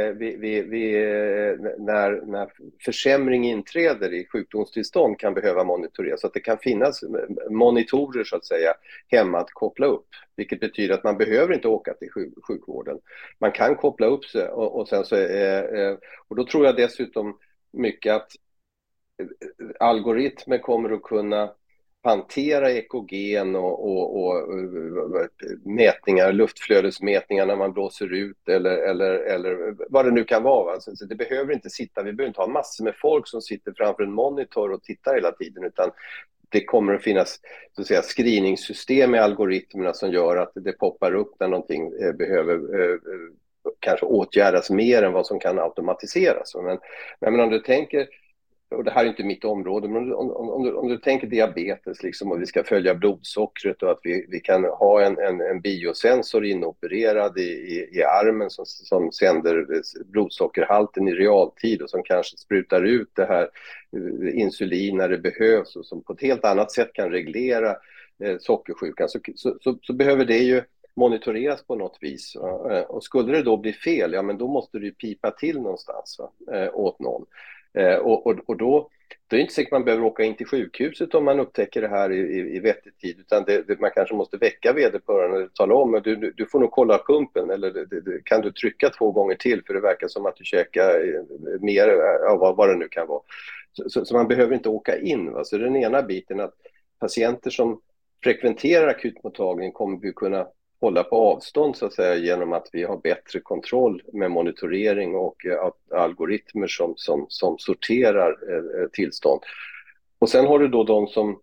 när försämring inträder i sjukdomstillstånd, kan behöva monitoreras. Så att det kan finnas monitorer så att säga hemma att koppla upp. Vilket betyder att man behöver inte åka till sjukvården. Man kan koppla upp sig och sen så och då tror jag dessutom mycket att algoritmer kommer att kunna hantera ekogen och mätningar, luftflödesmätningar när man blåser ut eller vad det nu kan vara. Så det behöver inte vi behöver inte ha massor med folk som sitter framför en monitor och tittar hela tiden, utan det kommer att finnas, så att säga, screeningssystem i algoritmerna som gör att det poppar upp när någonting behöver kanske åtgärdas mer än vad som kan automatiseras. Men om du tänker, och det här är inte mitt område, men om du tänker diabetes liksom, och vi ska följa blodsockret och att vi kan ha en biosensor inopererad i armen som sänder blodsockerhalten i realtid och som kanske sprutar ut det här insulin när det behövs och som på ett helt annat sätt kan reglera sockersjukan, så behöver det ju monitoreras på något vis. Och skulle det då bli fel, ja men då måste du pipa till någonstans åt någon. Och då är det inte säkert man behöver åka in till sjukhuset om man upptäcker det här i vettig tid, utan man kanske måste väcka vederbörande och tala om att du får nog kolla pumpen, eller kan du trycka 2 gånger till för det verkar som att du käkar mer av vad det nu kan vara. Så man behöver inte åka in. Va? Så den ena biten att patienter som frekventerar akutmottagningen kommer vi kunna hålla på avstånd så att säga, genom att vi har bättre kontroll med monitorering och algoritmer som sorterar tillstånd. Och sen har du då de som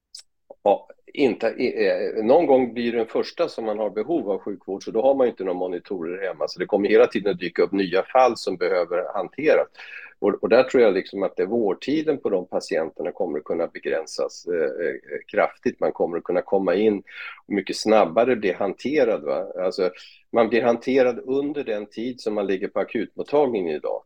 någon gång blir den första som man har behov av sjukvård, så då har man inte några monitorer hemma, så det kommer hela tiden att dyka upp nya fall som behöver hanteras. Och där tror jag liksom att vårdtiden på de patienterna kommer att kunna begränsas kraftigt. Man kommer att kunna komma in och mycket snabbare bli hanterad. Va? Alltså, man blir hanterad under den tid som man ligger på akutmottagningen idag.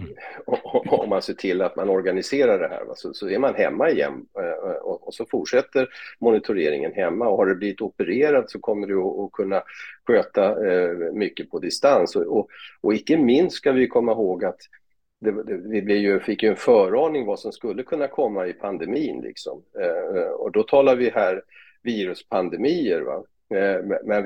Om man ser till att man organiserar det här, va? Så är man hemma igen och så fortsätter monitoreringen hemma, och har det blivit opererat så kommer du att kunna sköta mycket på distans. Och icke minst ska vi komma ihåg att vi fick ju en föraning vad som skulle kunna komma i pandemin liksom. Och då talar vi här viruspandemier, va? Men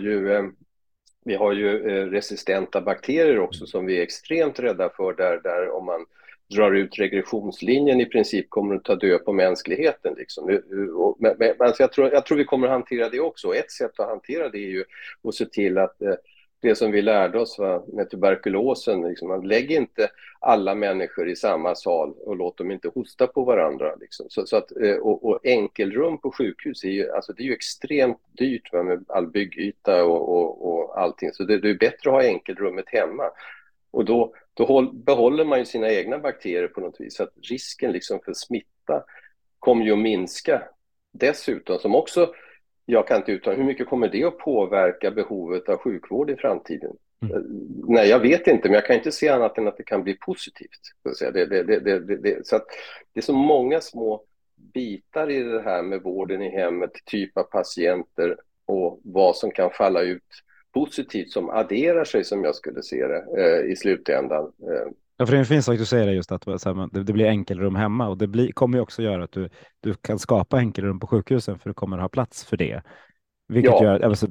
vi har ju resistenta bakterier också som vi är extremt rädda för, där om man drar ut regressionslinjen i princip kommer att ta död på mänskligheten. Liksom. Men jag tror vi kommer att hantera det också. Ett sätt att hantera det är ju att se till att det som vi lärde oss med tuberkulosen, liksom, man lägger inte alla människor i samma sal och låter dem inte hosta på varandra. Liksom. Och enkelrum på sjukhus är ju, alltså det är ju extremt dyrt med all byggyta och allting. Så det är bättre att ha enkelrummet hemma. Och då behåller man ju sina egna bakterier på något vis. Så att risken liksom för smitta kommer ju att minska. Dessutom, som också, jag kan inte uttala hur mycket kommer det att påverka behovet av sjukvård i framtiden? Nej, jag vet inte, men jag kan inte se annat än att det kan bli positivt. Så att det är så många små bitar i det här med vården i hemmet, typ av patienter och vad som kan falla ut positivt som adderar sig, som jag skulle se det i slutändan. Ja, för det finns sagt, du säger det just att det blir enkelrum hemma, och det kommer ju också göra att du kan skapa enkelrum på sjukhusen, för du kommer att ha plats för det. Vilket gör alltså,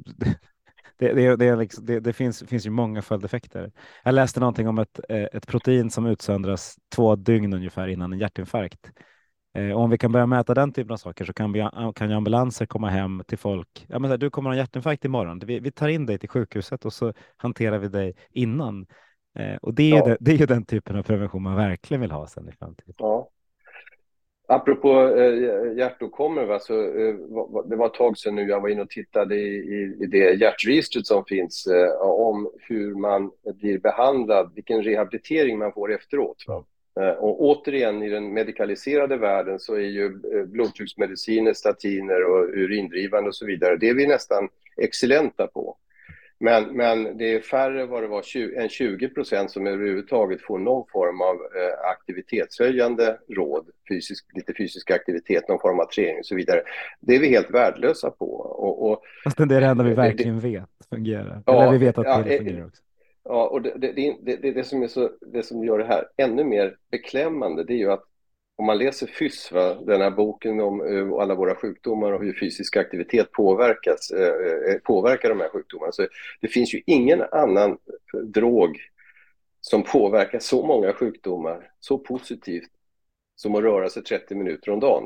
det finns ju många följdeffekter. Jag läste någonting om ett protein som utsöndras 2 dygn ungefär innan en hjärtinfarkt. Och om vi kan börja mäta den typen av saker, så kan ju ambulanser komma hem till folk. Ja, men du kommer ha en hjärtinfarkt imorgon. Vi tar in dig till sjukhuset och så hanterar vi dig innan. Och det är ju den typen av prevention man verkligen vill ha sen i framtiden. Ja. Apropå hjärtåkommor, så det var ett tag sedan nu jag var inne och tittade i det hjärtregistret som finns om hur man blir behandlad, vilken rehabilitering man får efteråt. Va? Och återigen, i den medikaliserade världen så är ju blodtrycksmediciner, statiner och urindrivande och så vidare, det är vi nästan excellenta på. Men det är färre vad det var än 20% som överhuvudtaget får någon form av aktivitetshöjande råd, lite fysisk aktivitet, någon form av träning och så vidare. Det är vi helt värdelösa på. Fast det är det enda vi verkligen vet fungerar. Ja, eller vi vet att det fungerar också. Ja, och det som gör det här ännu mer beklämmande, det är ju att om man läser FYSS, den här boken om alla våra sjukdomar och hur fysisk aktivitet påverkar de här sjukdomarna, så det finns ju ingen annan drog som påverkar så många sjukdomar så positivt som att röra sig 30 minuter om dagen.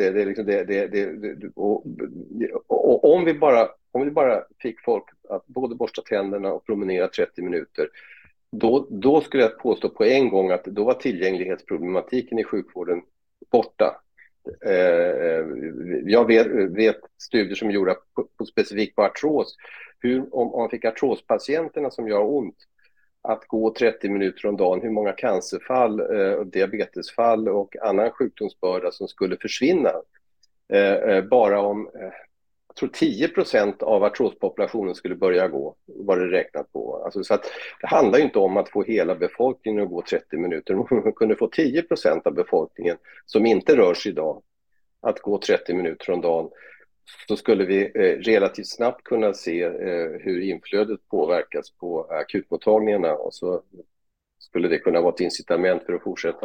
Och om vi bara fick folk att både borsta tänderna och promenera 30 minuter, då skulle jag påstå på en gång att då var tillgänglighetsproblematiken i sjukvården borta. Jag vet studier som är gjorda specifikt på artros, om man fick artrospatienterna som gör ont att gå 30 minuter om dagen, hur många cancerfall, diabetesfall och annan sjukdomsbörda som skulle försvinna bara om jag tror 10% av artrospopulationen skulle börja gå, var det räknat på. Alltså, så att det handlar ju inte om att få hela befolkningen att gå 30 minuter. Om man kunde få 10% av befolkningen som inte rör sig idag att gå 30 minuter om dagen, så skulle vi relativt snabbt kunna se hur inflödet påverkas på akutmottagningarna, och så skulle det kunna vara ett incitament för att fortsätta.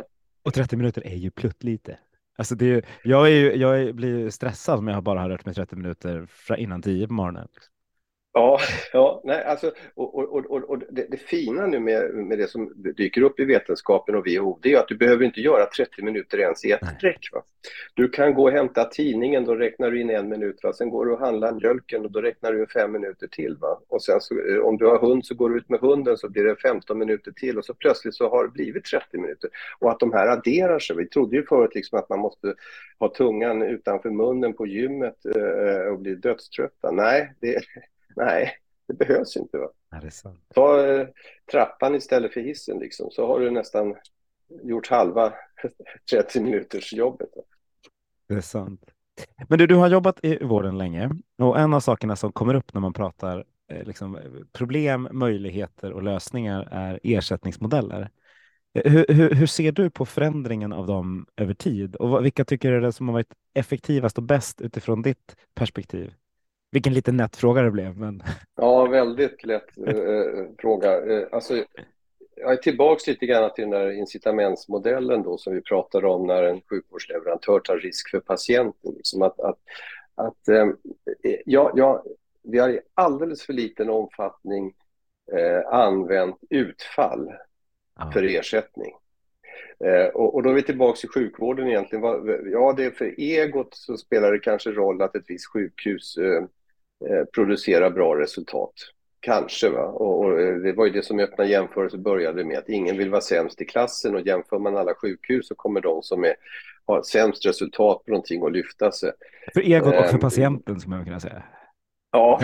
Och 30 minuter är ju pluttlite. Alltså blir ju stressad om jag bara har rört mig 30 minuter innan 10 på morgonen. Ja, ja, nej, alltså, och det fina nu med det som dyker upp i vetenskapen och WHO, det är att du behöver inte göra 30 minuter ens i ett Nej. sträck. Va? Du kan gå och hämta tidningen, då räknar du in 1 minut. Va? Sen går du och handlar mjölken och då räknar du 5 minuter till. Va? Och sen så, om du har hund så går du ut med hunden så blir det 15 minuter till och så plötsligt så har det blivit 30 minuter. Och att de här adderar sig. Vi trodde ju förut liksom att man måste ha tungan utanför munnen på gymmet och bli dödströtta. Nej, det behövs inte. Va? Ja, det är sant. Ta trappan istället för hissen liksom, så har du nästan gjort halva 30 minuters jobbet. Va? Det är sant. Men du har jobbat i vården länge och en av sakerna som kommer upp när man pratar liksom, problem, möjligheter och lösningar är ersättningsmodeller. Hur ser du på förändringen av dem över tid och vilka tycker du är det som har varit effektivast och bäst utifrån ditt perspektiv? Vilken liten nätt fråga det blev. Men... Ja, väldigt lätt fråga. Alltså, jag är tillbaka lite grann till den där incitamentsmodellen då, som vi pratade om när en sjukvårdsleverantör tar risk för patienten. Liksom vi har i alldeles för liten omfattning använt utfall för ersättning. Och då är vi tillbaka i sjukvården egentligen. Ja, det är för egot så spelar det kanske roll att ett visst sjukhus producerar bra resultat. Kanske, va? Och det var ju det som öppna jämförelse började med, att ingen vill vara sämst i klassen, och jämför man alla sjukhus så kommer de som har sämst resultat på någonting att lyfta sig. För egot och för patienten, som jag kunna säga. Ja.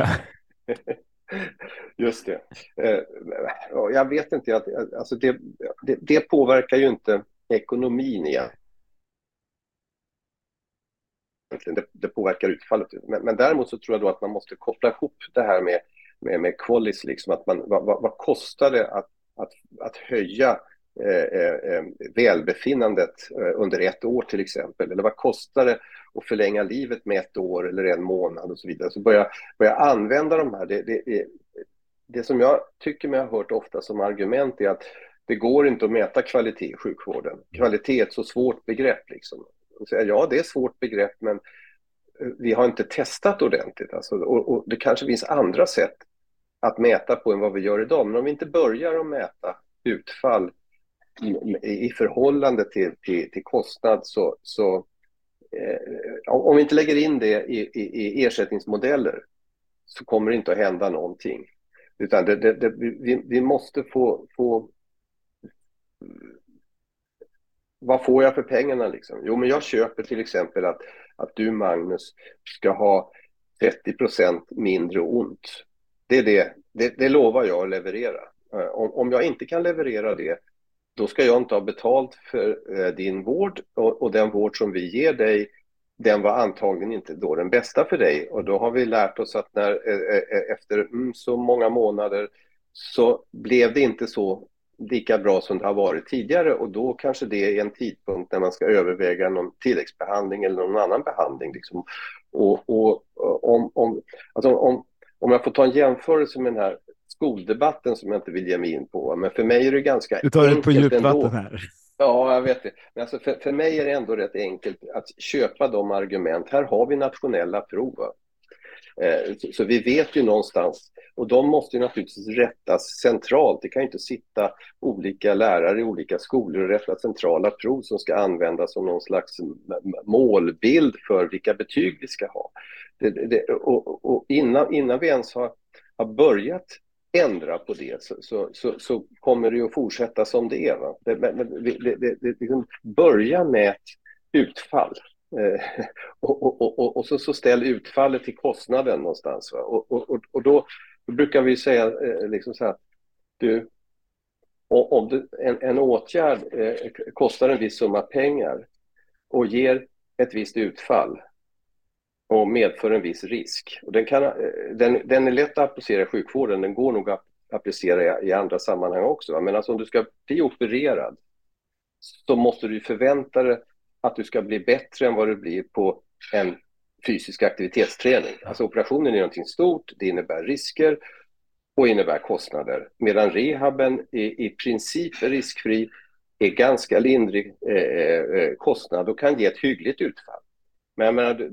Just det. Jag vet inte, alltså det påverkar ju inte ekonomin igen. Det påverkar utfallet. Men däremot så tror jag då att man måste koppla ihop det här med quality, liksom, att vad kostar det att höja välbefinnandet under 1 år till exempel, eller vad kostar det att förlänga livet med 1 år eller 1 månad och så vidare. Så börja använda de här. Det som jag tycker mig ha hört ofta som argument är att det går inte att mäta kvalitet i sjukvården. Kvalitet är ett så svårt begrepp liksom. Ja, det är ett svårt begrepp, men vi har inte testat ordentligt. Alltså, och det kanske finns andra sätt att mäta på än vad vi gör idag. Men om vi inte börjar att mäta utfall i förhållande till kostnad, så om vi inte lägger in det i ersättningsmodeller så kommer det inte att hända någonting. Utan vi måste få vad får jag för pengarna liksom? Jo, men jag köper till exempel att du, Magnus, ska ha 30% mindre ont. Det lovar jag att leverera. Om jag inte kan leverera det, då ska jag inte ha betalt för din vård, och den vård som vi ger dig, den var antagligen inte då den bästa för dig. Och då har vi lärt oss att efter så många månader så blev det inte så lika bra som det har varit tidigare, och då kanske det är en tidpunkt när man ska överväga någon tilläggsbehandling eller någon annan behandling liksom. Om jag får ta en jämförelse med den här skoldebatten som jag inte vill ge mig in på, men för mig är det ganska enkelt. Du tar det på djupvatten här. Ja, jag vet det. Men alltså för mig är det ändå rätt enkelt att köpa de argument. Här har vi nationella prov. Så vi vet ju någonstans, och de måste ju naturligtvis rättas centralt. Det kan ju inte sitta olika lärare i olika skolor och rätta centrala prov som ska användas som någon slags målbild för vilka betyg vi ska ha. Och innan vi ens har börjat ändra på det så kommer det ju att fortsätta som det är. Va? Det börja med ett utfall. Och så ställ utfallet till kostnaden någonstans. Va? Och då brukar vi säga liksom så här, om en åtgärd kostar en viss summa pengar och ger ett visst utfall och medför en viss risk. Och den är lätt att applicera i sjukvården, den går nog att applicera i andra sammanhang också. Va? Men alltså om du ska bli opererad så måste du förvänta dig att du ska bli bättre än vad du blir på en fysisk aktivitetsträning. Alltså operationen är någonting stort, det innebär risker och innebär kostnader. Medan rehaben i princip är riskfri, är ganska lindrig kostnad och kan ge ett hyggligt utfall. Men jag menar,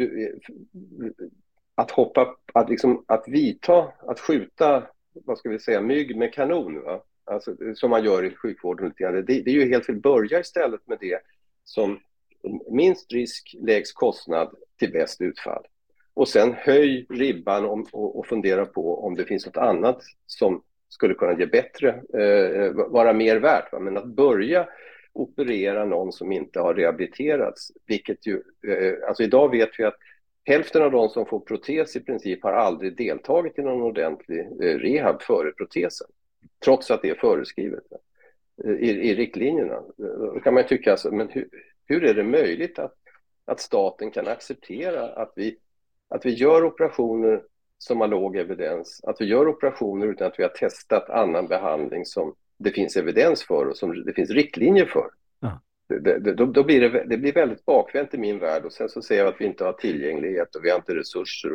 att skjuta, vad ska vi säga, mygg med kanon, va? Alltså, som man gör i sjukvården, det är ju helt fel. Börja istället med det som minst risk, lägst kostnad till bäst utfall. Och sen höj ribban och fundera på om det finns något annat som skulle kunna ge bättre, vara mer värt. Va? Men att börja operera någon som inte har rehabiliterats, vilket ju, alltså idag vet vi att hälften av de som får protes i princip har aldrig deltagit i någon ordentlig rehab före protesen, trots att det är föreskrivet i riktlinjerna. Då kan man tycka, alltså, men hur är det möjligt att staten kan acceptera att vi gör operationer som har låg evidens, att vi gör operationer utan att vi har testat annan behandling som det finns evidens för och som det finns riktlinjer för. Ja. Då blir det blir väldigt bakvänt i min värld, och sen så säger jag att vi inte har tillgänglighet och vi har inte resurser.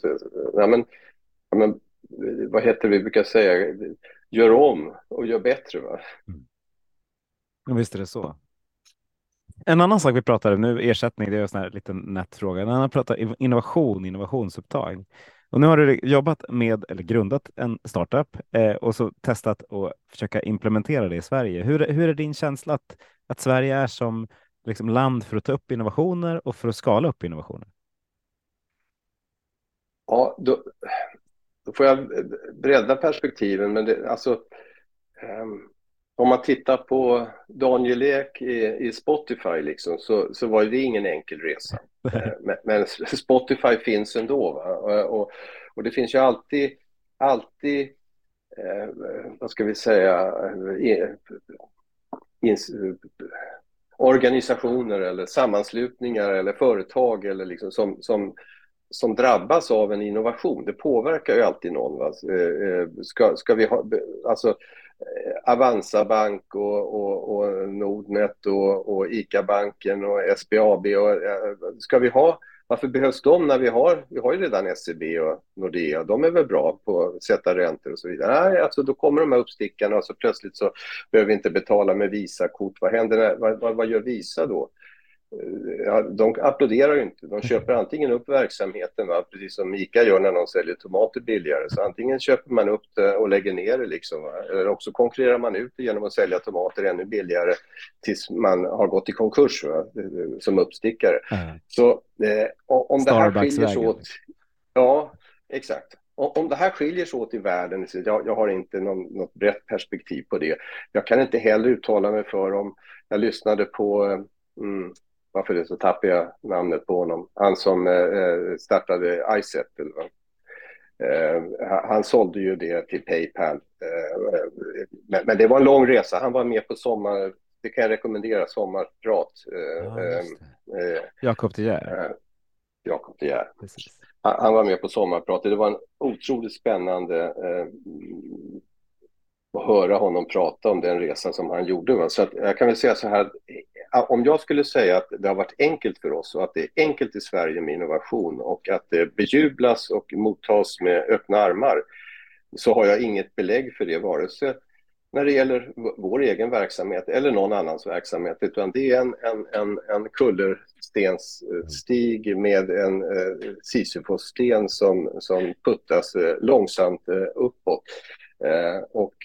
Men vad heter det vi brukar säga? Gör om och gör bättre, va? Ja, visst är det så. En annan sak vi pratar om nu, ersättning, det är en sån här liten nätfråga. En annan pratar innovationsupptag. Och nu har du jobbat med, eller grundat en startup och så testat att försöka implementera det i Sverige. Hur är din känsla att Sverige är som liksom land för att ta upp innovationer och för att skala upp innovationer? Ja, då får jag bredda perspektiven, men om man tittar på Daniel Ek i Spotify liksom, så var det ingen enkel resa. Men Spotify finns ändå, va? Och det finns ju alltid vad ska vi säga, organisationer eller sammanslutningar eller företag eller liksom som drabbas av en innovation. Det påverkar ju alltid någon. Va? Ska vi ha, alltså Avanza Bank och Nordnet och ICA-banken och SBAB ska vi ha, varför behövs de när vi har ju redan SEB och Nordea, de är väl bra på att sätta räntor och så vidare. Nej, alltså då kommer de här uppstickarna och så plötsligt så behöver vi inte betala med Visa-kort. Vad händer vad gör Visa då? Ja, de applåderar ju inte. De köper antingen upp verksamheten, va? Precis som ICA gör när de säljer tomater billigare. Så antingen köper man upp det och lägger ner det liksom, va? Eller också konkurrerar man ut det genom att sälja tomater ännu billigare tills man har gått i konkurs, va? Som uppstickare. Så om Starbucks det här skiljer sig åt... Ja, exakt. Om det här skiljer sig åt i världen, jag har inte något brett perspektiv på det. Jag kan inte heller uttala mig för om jag lyssnade på... varför det så tappar jag namnet på honom. Han som startade iSettle. Han sålde ju det till PayPal. Men det var en lång resa. Han var med på det kan jag rekommendera, sommarprat. Jakob De Geer. Jakob De Geer. Han var med på sommarprat. Det var en otroligt spännande att höra honom prata om den resan som han gjorde. Va? Så att jag kan väl säga så här, om jag skulle säga att det har varit enkelt för oss och att det är enkelt i Sverige med innovation och att det bejublas och mottas med öppna armar, så har jag inget belägg för det, vare sig när det gäller vår egen verksamhet eller någon annans verksamhet, utan det är en kullerstensstig med en Sisyfossten som puttas långsamt uppåt. Och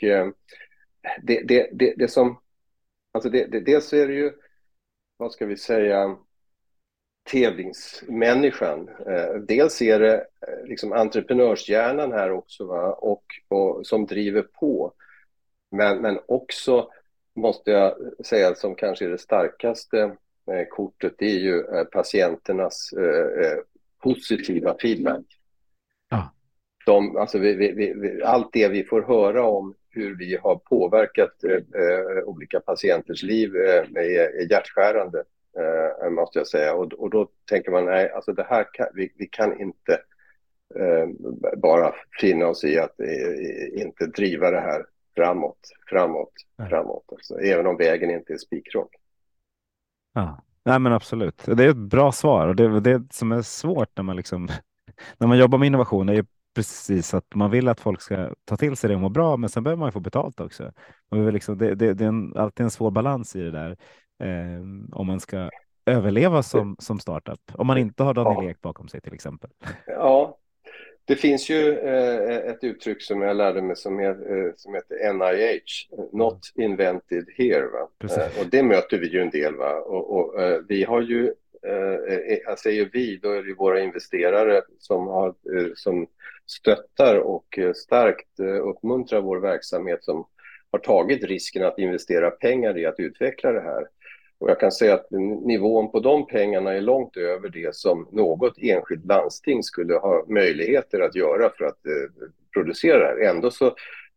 det som, alltså dels är det ju, vad ska vi säga, tävlingsmänniskan. Dels är det liksom entreprenörshjärnan här också, va? Och som driver på. Men också måste jag säga, som kanske är det starkaste kortet, det är ju patienternas positiva feedback. Ja. Alltså allt det vi får höra om hur vi har påverkat olika patienters liv är hjärtskärande, måste jag säga. Och då tänker man, nej, alltså det här vi kan inte bara finna oss i att inte driva det här framåt. Alltså, även om vägen inte är spikrak. Ja, nej men absolut. Det är ett bra svar, och det som är svårt när man jobbar med innovation är ju precis att man vill att folk ska ta till sig det och må bra, men sen behöver man ju få betalt också. Man vill liksom, det är alltid en svår balans i det där. Om man ska överleva som startup. Om man inte har Daniel Ek bakom sig till exempel. Ja, det finns ju ett uttryck som jag lärde mig som heter NIH, Not Invented Here. Va? Och det möter vi ju en del. Va? Och vi har ju, jag säger vi, då är det våra investerare som stöttar och starkt uppmuntrar vår verksamhet, som har tagit risken att investera pengar i att utveckla det här. Och jag kan säga att nivån på de pengarna är långt över det som något enskilt landsting skulle ha möjligheter att göra för att producera det här. Ändå så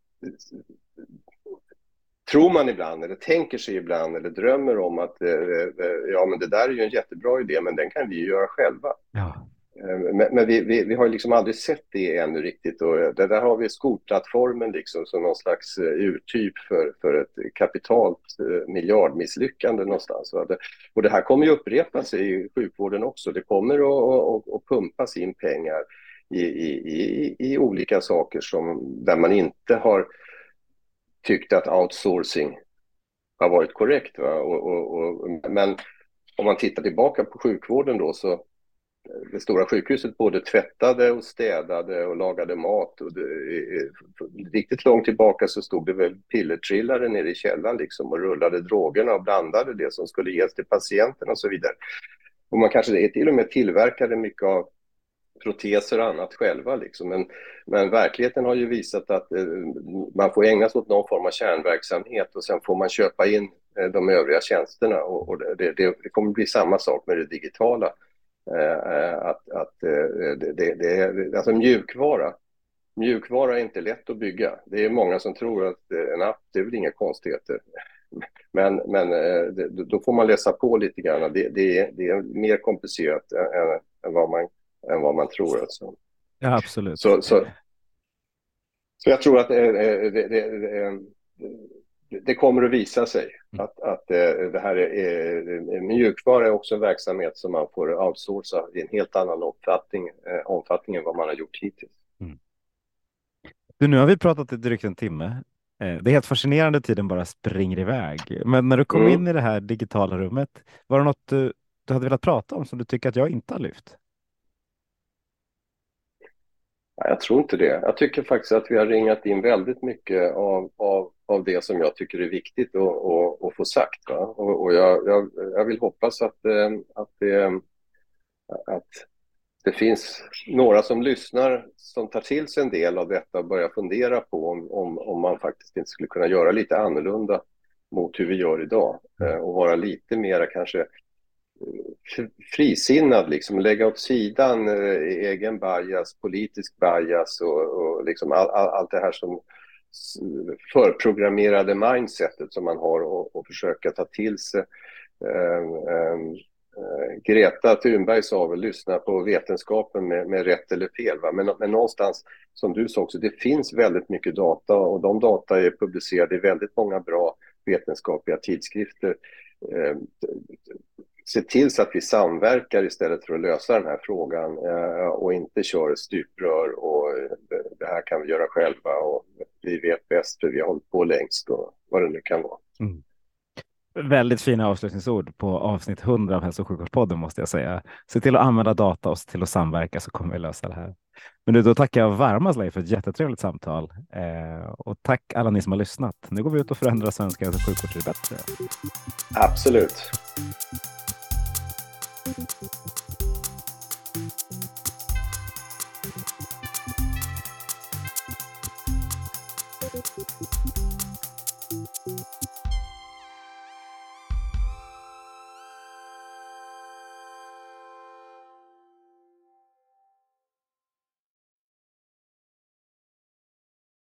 tror man ibland, eller tänker sig ibland, eller drömmer om att ja, men det där är ju en jättebra idé, men den kan vi ju göra själva. Ja. Men vi har liksom aldrig sett det ännu riktigt, och det där har vi skolplattformen liksom som någon slags urtyp för ett kapitalt miljardmisslyckande någonstans. Och det här kommer ju upprepa sig i sjukvården också. Det kommer att pumpas in pengar i olika saker där man inte har tyckt att outsourcing har varit korrekt. Va? Men om man tittar tillbaka på sjukvården då, så det stora sjukhuset både tvättade och städade och lagade mat, och riktigt långt tillbaka så stod det väl pillertrillare nere i källaren liksom, och rullade drogerna och blandade det som skulle ges till patienten och så vidare. Och man kanske till och med tillverkade mycket av proteser och annat själva liksom. Men verkligheten har ju visat att man får ägna sig åt någon form av kärnverksamhet, och sen får man köpa in de övriga tjänsterna, och det kommer bli samma sak med det digitala. Alltså mjukvara är inte lätt att bygga. Det är många som tror att en app, det är väl inga konstigheter, men då får man läsa på lite grann. Det är mer komplicerat än vad man tror alltså. Ja, absolut. Så jag tror att det kommer att visa sig att det här är mjukvara är också en verksamhet som man får outsourca i en helt annan omfattning än vad man har gjort hittills. Mm. Nu har vi pratat i drygt en timme. Det är helt fascinerande, tiden bara springer iväg. Men när du kom in i det här digitala rummet, var det något du hade velat prata om som du tycker att jag inte har lyft? Jag tror inte det. Jag tycker faktiskt att vi har ringat in väldigt mycket av det som jag tycker är viktigt att få sagt. Va? Och jag vill hoppas att det finns några som lyssnar som tar till sig en del av detta och börjar fundera på om man faktiskt inte skulle kunna göra lite annorlunda mot hur vi gör idag. Och vara lite mera kanske frisinnad, liksom lägga åt sidan egen bias, politisk bias och liksom allt det här som förprogrammerade mindsetet som man har, och försöka ta till sig. Greta Thunberg sa väl, lyssna på vetenskapen med rätt eller fel. Va? Men någonstans, som du sa också, det finns väldigt mycket data, och de data är publicerade i väldigt många bra vetenskapliga tidskrifter. Se till så att vi samverkar istället för att lösa den här frågan, och inte kör ett stuprör och det här kan vi göra själva och vi vet bäst för vi har hållit på längst, och vad det nu kan vara. Mm. Väldigt fina avslutningsord på avsnitt 100 av Hälso- och sjukvårdspodden, måste jag säga. Se till att använda data och se till att samverka, så kommer vi lösa det här. Men då tackar jag varmast Leif för ett jättetrevligt samtal. Och tack alla ni som har lyssnat. Nu går vi ut och förändrar svenska hälso- och sjukvård till det bättre. Absolut.